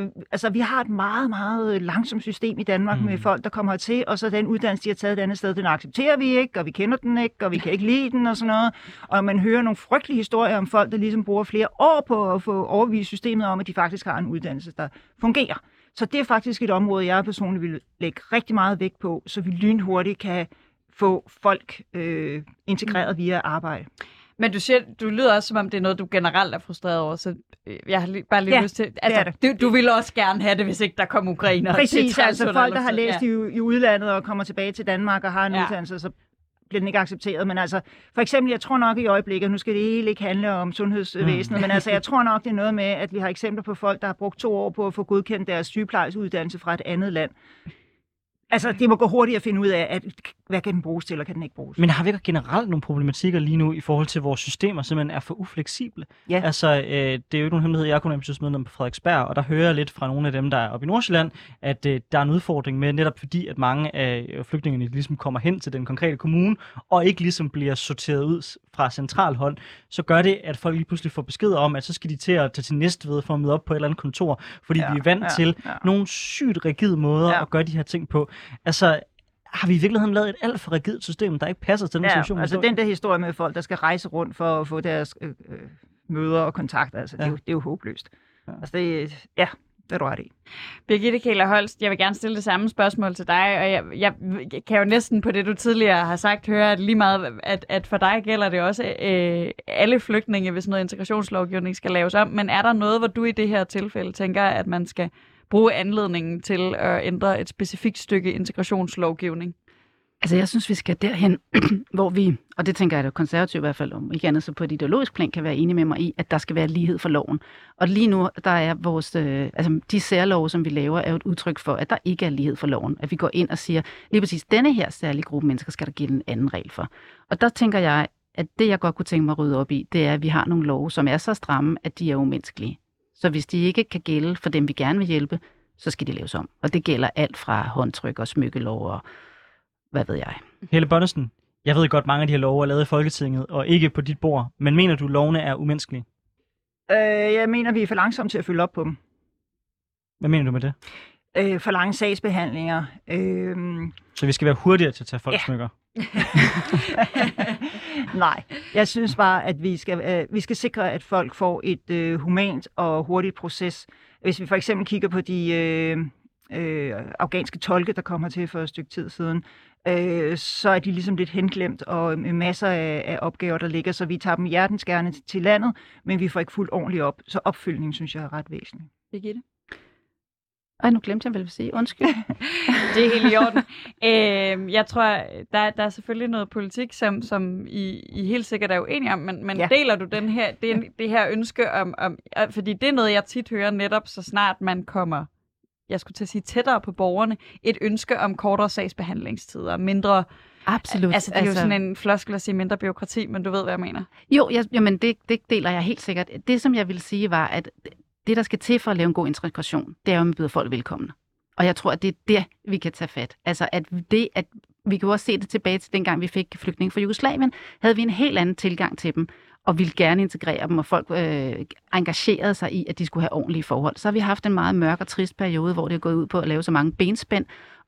vi har et meget, meget langsomt system i Danmark med folk, der kommer hertil, og så den uddannelse, de har taget et andet sted, den accepterer vi ikke, og vi kender den ikke, og vi kan ikke lide den og sådan noget. Og man hører nogle frygtelige historier om folk, der ligesom bruger flere år på at få overbevist systemet om, at de faktisk har en uddannelse, der fungerer. Så det er faktisk et område, jeg personligt vil lægge rigtig meget vægt på, så vi lynhurtigt kan få folk integreret via arbejde. Men du lyder også, som om det er noget, du generelt er frustreret over, så jeg har bare lige lyst til... Altså, du ville også gerne have det, hvis ikke der kom ukrainer. Præcis, altså folk, der har læst i udlandet og kommer tilbage til Danmark og har en uddannelse, så bliver den ikke accepteret. Men altså, for eksempel, jeg tror nok i øjeblikket, nu skal det hele ikke handle om sundhedsvæsenet, men altså, jeg tror nok, det er noget med, at vi har eksempler på folk, der har brugt 2 år på at få godkendt deres sygeplejerskeuddannelse fra et andet land. Altså, det må gå hurtigt at finde ud af, hvad kan den bruges til, eller kan den ikke bruges. Men har vi ikke generelt nogle problematikker lige nu i forhold til, at vores systemer simpelthen er for ufleksible? Ja. Altså, det er jo ikke nogen hemmelighed. Jeg er kommunalbestyrelsesmedlem på Frederiksberg, og der hører jeg lidt fra nogle af dem, der er oppe i Nordsjælland, at der er en udfordring med, netop fordi, at mange af flygtningene ligesom kommer hen til den konkrete kommune, og ikke ligesom bliver sorteret ud fra central hold, så gør det, at folk lige pludselig får besked om, at så skal de til at tage til Næstved for at møde op på et eller andet kontor, fordi vi er vant til nogle sygt rigide måder at gøre de her ting på. Altså, har vi i virkeligheden lavet et alt for rigidt system, der ikke passer til den situation? Altså den der historie med folk, der skal rejse rundt for at få deres møder og kontakter, altså, det er jo håbløst. Ja. Altså hvad du har det i. Birgitte Kæler Holst, jeg vil gerne stille det samme spørgsmål til dig, og jeg kan jo næsten på det, du tidligere har sagt, høre at lige meget, at for dig gælder det også alle flygtninge, hvis noget integrationslovgivning skal laves om, men er der noget, hvor du i det her tilfælde tænker, at man skal bruge anledningen til at ændre et specifikt stykke integrationslovgivning? Altså, jeg synes, vi skal derhen, hvor vi, og det tænker jeg, at konservative i hvert fald om ikke andet, så på et ideologisk plan kan være enige med mig i, at der skal være lighed for loven. Og lige nu, der er vores, de særlove, som vi laver, er jo et udtryk for, at der ikke er lighed for loven. At vi går ind og siger, lige præcis denne her særlige gruppe mennesker skal der give en anden regel for. Og der tænker jeg, at det, jeg godt kunne tænke mig at rydde op i, det er, at vi har nogle love, som er så stramme, at de er umenneskelige. Så hvis de ikke kan gælde for dem, vi gerne vil hjælpe, så skal de laves om. Og det gælder alt fra håndtryk og smykkelov og hvad ved jeg. Helle Bonnesen, jeg ved godt, mange af de her love er lavet i Folketinget og ikke på dit bord, men mener du, lovene er umenneskelige? Jeg mener, vi er for langsomme til at følge op på dem. Hvad mener du med det? For lange sagsbehandlinger. Så vi skal være hurtigere til at tage folks smykker? Nej, jeg synes bare, at vi skal sikre, at folk får et humant og hurtigt proces. Hvis vi for eksempel kigger på de afghanske tolke, der kommer til for et stykke tid siden, så er de ligesom lidt henglemt, og med masser af opgaver, der ligger, så vi tager dem hjertensgærne til landet, men vi får ikke fuldt ordentligt op. Så opfølgning, synes jeg, er ret væsentligt. Birgitte? Nu glemte jeg vel at sige. Undskyld. Det er helt i orden. Jeg tror, der er selvfølgelig noget politik, som I helt sikkert er uenige om, men deler du det her ønske om, fordi det er noget, jeg tit hører netop, så snart man kommer, jeg skulle til at sige, tættere på borgerne, et ønske om kortere sagsbehandlingstider, mindre... Absolut. Altså, det er jo sådan en floskel at sige mindre byråkrati, men du ved, hvad jeg mener. Jo, jamen det deler jeg helt sikkert. Det, som jeg ville sige, var, at det, der skal til for at lave en god integration, det er jo, at man byder folk velkommen. Og jeg tror, at det er det, vi kan tage fat. Altså, at vi kan også se det tilbage til dengang, vi fik flygtninge fra Jugoslavien, havde vi en helt anden tilgang til dem, og ville gerne integrere dem, og folk engagerede sig i, at de skulle have ordentlige forhold. Så har vi haft en meget mørk og trist periode, hvor det er gået ud på at lave så mange benspænd,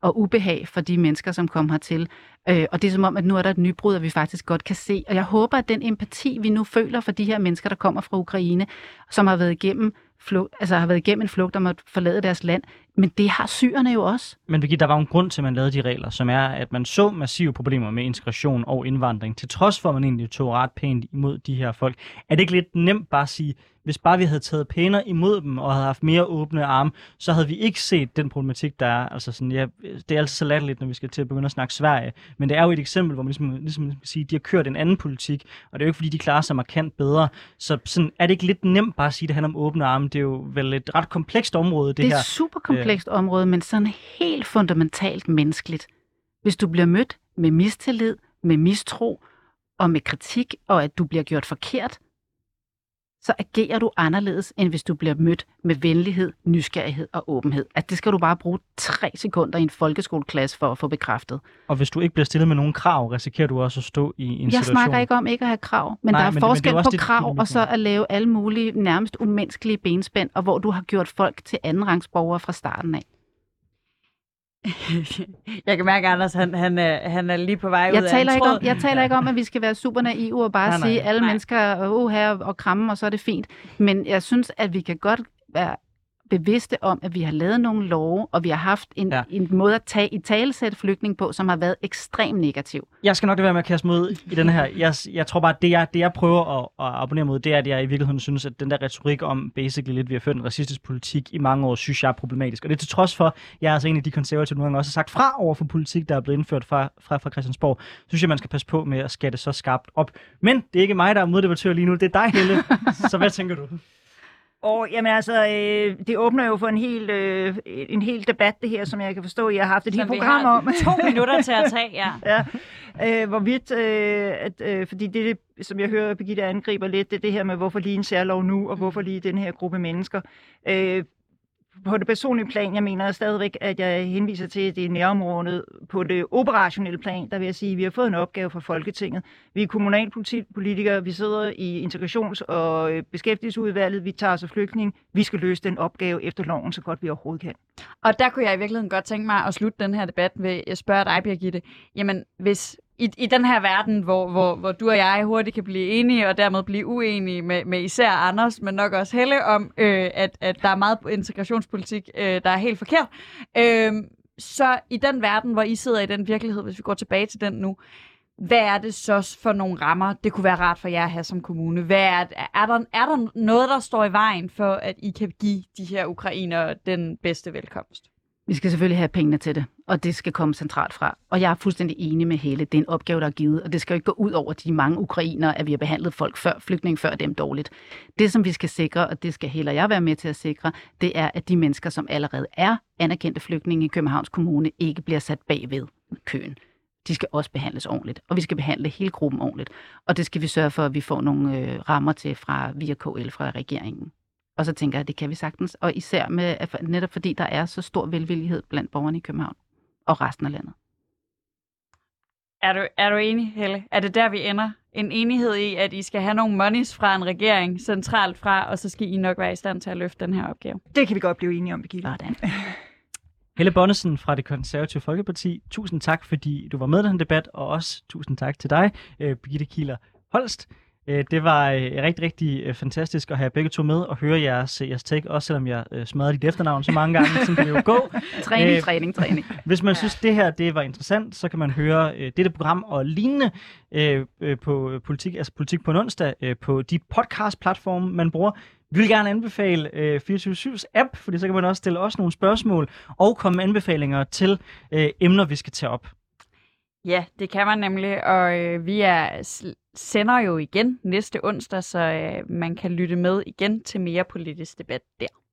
og ubehag for de mennesker, som kom hertil. Og det er som om, at nu er der et nybrud, og vi faktisk godt kan se. Og jeg håber, at den empati, vi nu føler for de her mennesker, der kommer fra Ukraine, som har været igennem en flugt om at forlade deres land, men det har syrerne jo også. Men Birgitte, der var en grund til, at man lavede de regler, som er, at man så massive problemer med integration og indvandring, til trods for, at man egentlig tog ret pænt imod de her folk. Er det ikke lidt nemt bare at sige, hvis bare vi havde taget pænere imod dem og havde haft mere åbne arme, så havde vi ikke set den problematik, der er. Altså sådan, ja, det er altid så latterligt, når vi skal til at begynde at snakke Sverige, men det er jo et eksempel, hvor man ligesom skal sige, de har kørt en anden politik, og det er jo ikke, fordi de klarer sig markant bedre. Så sådan, er det ikke lidt nemt bare at sige, at det handler om åbne arme? Det er jo vel et ret komplekst område, det her. Det er et super komplekst område, men sådan helt fundamentalt menneskeligt. Hvis du bliver mødt med mistillid, med mistro og med kritik, og at du bliver gjort forkert, så agerer du anderledes, end hvis du bliver mødt med venlighed, nysgerrighed og åbenhed. At det skal du bare bruge 3 sekunder i en folkeskoleklasse for at få bekræftet. Og hvis du ikke bliver stillet med nogen krav, risikerer du også at stå i en situation. Jeg snakker ikke om ikke at have krav, men der er forskel på krav og så at lave alle mulige nærmest umenneskelige benspænd, og hvor du har gjort folk til andenrangsborgere fra starten af. Jeg kan mærke, at Anders han er lige på vej ud af en tråd. Jeg taler ikke om, at vi skal være super naive og bare sige, at alle mennesker her og kramme, og så er det fint. Men jeg synes, at vi kan godt være bevidste om, at vi har lavet nogle love, og vi har haft en måde at tage i talesæt flygtning på, som har været ekstremt negativ. Jeg skal nok det være med at kaste mod i den her. Jeg tror bare, at det jeg prøver at abonnere mod, det er, at jeg i virkeligheden synes, at den der retorik om basically lidt, vi har ført en racistisk politik i mange år, synes jeg er problematisk. Og det er til trods for, jeg er altså en af de konservative nogle gange også har sagt fra over for politik, der er blevet indført fra Christiansborg. Synes jeg, man skal passe på med at skatte så skarpt op. Men det er ikke mig, der er moddebattør lige nu. Det er dig, Helle. Så hvad tænker du? Jamen altså, det åbner jo for en hel debat, det her, som jeg kan forstå, I har haft et helt program om. 2 minutter til at tage, ja. Hvorvidt, fordi det, som jeg hører, Birgitte angriber lidt, det her med, hvorfor lige en særlov nu, og hvorfor lige den her gruppe mennesker. På det personlige plan, jeg mener stadigvæk, at jeg henviser til, at det er nærområdet. På det operationelle plan, der vil jeg sige, at vi har fået en opgave fra Folketinget. Vi er kommunalpolitikere, vi sidder i integrations- og beskæftigelsesudvalget, vi tager os af flygtning. Vi skal løse den opgave efter loven, så godt vi overhovedet kan. Og der kunne jeg i virkeligheden godt tænke mig at slutte den her debat ved at spørge dig, Birgitte. Jamen, hvis i den her verden, hvor du og jeg hurtigt kan blive enige, og dermed blive uenige med især Anders, men nok også Helle om, at der er meget integrationspolitik, der er helt forkert. Så i den verden, hvor I sidder i den virkelighed, hvis vi går tilbage til den nu, hvad er det så for nogle rammer, det kunne være rart for jer her som kommune? Er der noget, der står i vejen for, at I kan give de her ukrainere den bedste velkomst? Vi skal selvfølgelig have pengene til det, og det skal komme centralt fra. Og jeg er fuldstændig enig med Helle. Det er en opgave, der er givet, og det skal jo ikke gå ud over de mange ukrainere, at vi har behandlet flygtninge før dem dårligt. Det, som vi skal sikre, og det skal Helle og jeg være med til at sikre, det er, at de mennesker, som allerede er anerkendte flygtninge i Københavns Kommune, ikke bliver sat bagved køen. De skal også behandles ordentligt, og vi skal behandle hele gruppen ordentligt. Og det skal vi sørge for, at vi får nogle rammer til via KL fra regeringen. Og så tænker jeg, at det kan vi sagtens, og især netop fordi der er så stor velvillighed blandt borgerne i København og resten af landet. Er du enig, Helle? Er det der, vi ender? En enighed i, at I skal have nogle monies fra en regering centralt fra, og så skal I nok være i stand til at løfte den her opgave? Det kan vi godt blive enige om, Birgitte. Sådan. Helle Bonnesen fra Det Konservative Folkeparti, tusind tak, fordi du var med i den debat, og også tusind tak til dig, Birgitte Kieler Holst. Det var rigtig, rigtig fantastisk at have begge to med og høre jeres take, også selvom jeg smadrede dit efternavn så mange gange, så kan det jo gå. Træning. Hvis man synes, det her det var interessant, så kan man høre dette program og lignende på Politik på en onsdag på de podcast-platforme, man bruger. Vi vil gerne anbefale 24/7's app, fordi så kan man også stille os nogle spørgsmål og komme med anbefalinger til emner, vi skal tage op. Ja, det kan man nemlig, og vi sender jo igen næste onsdag, så man kan lytte med igen til mere politisk debat der.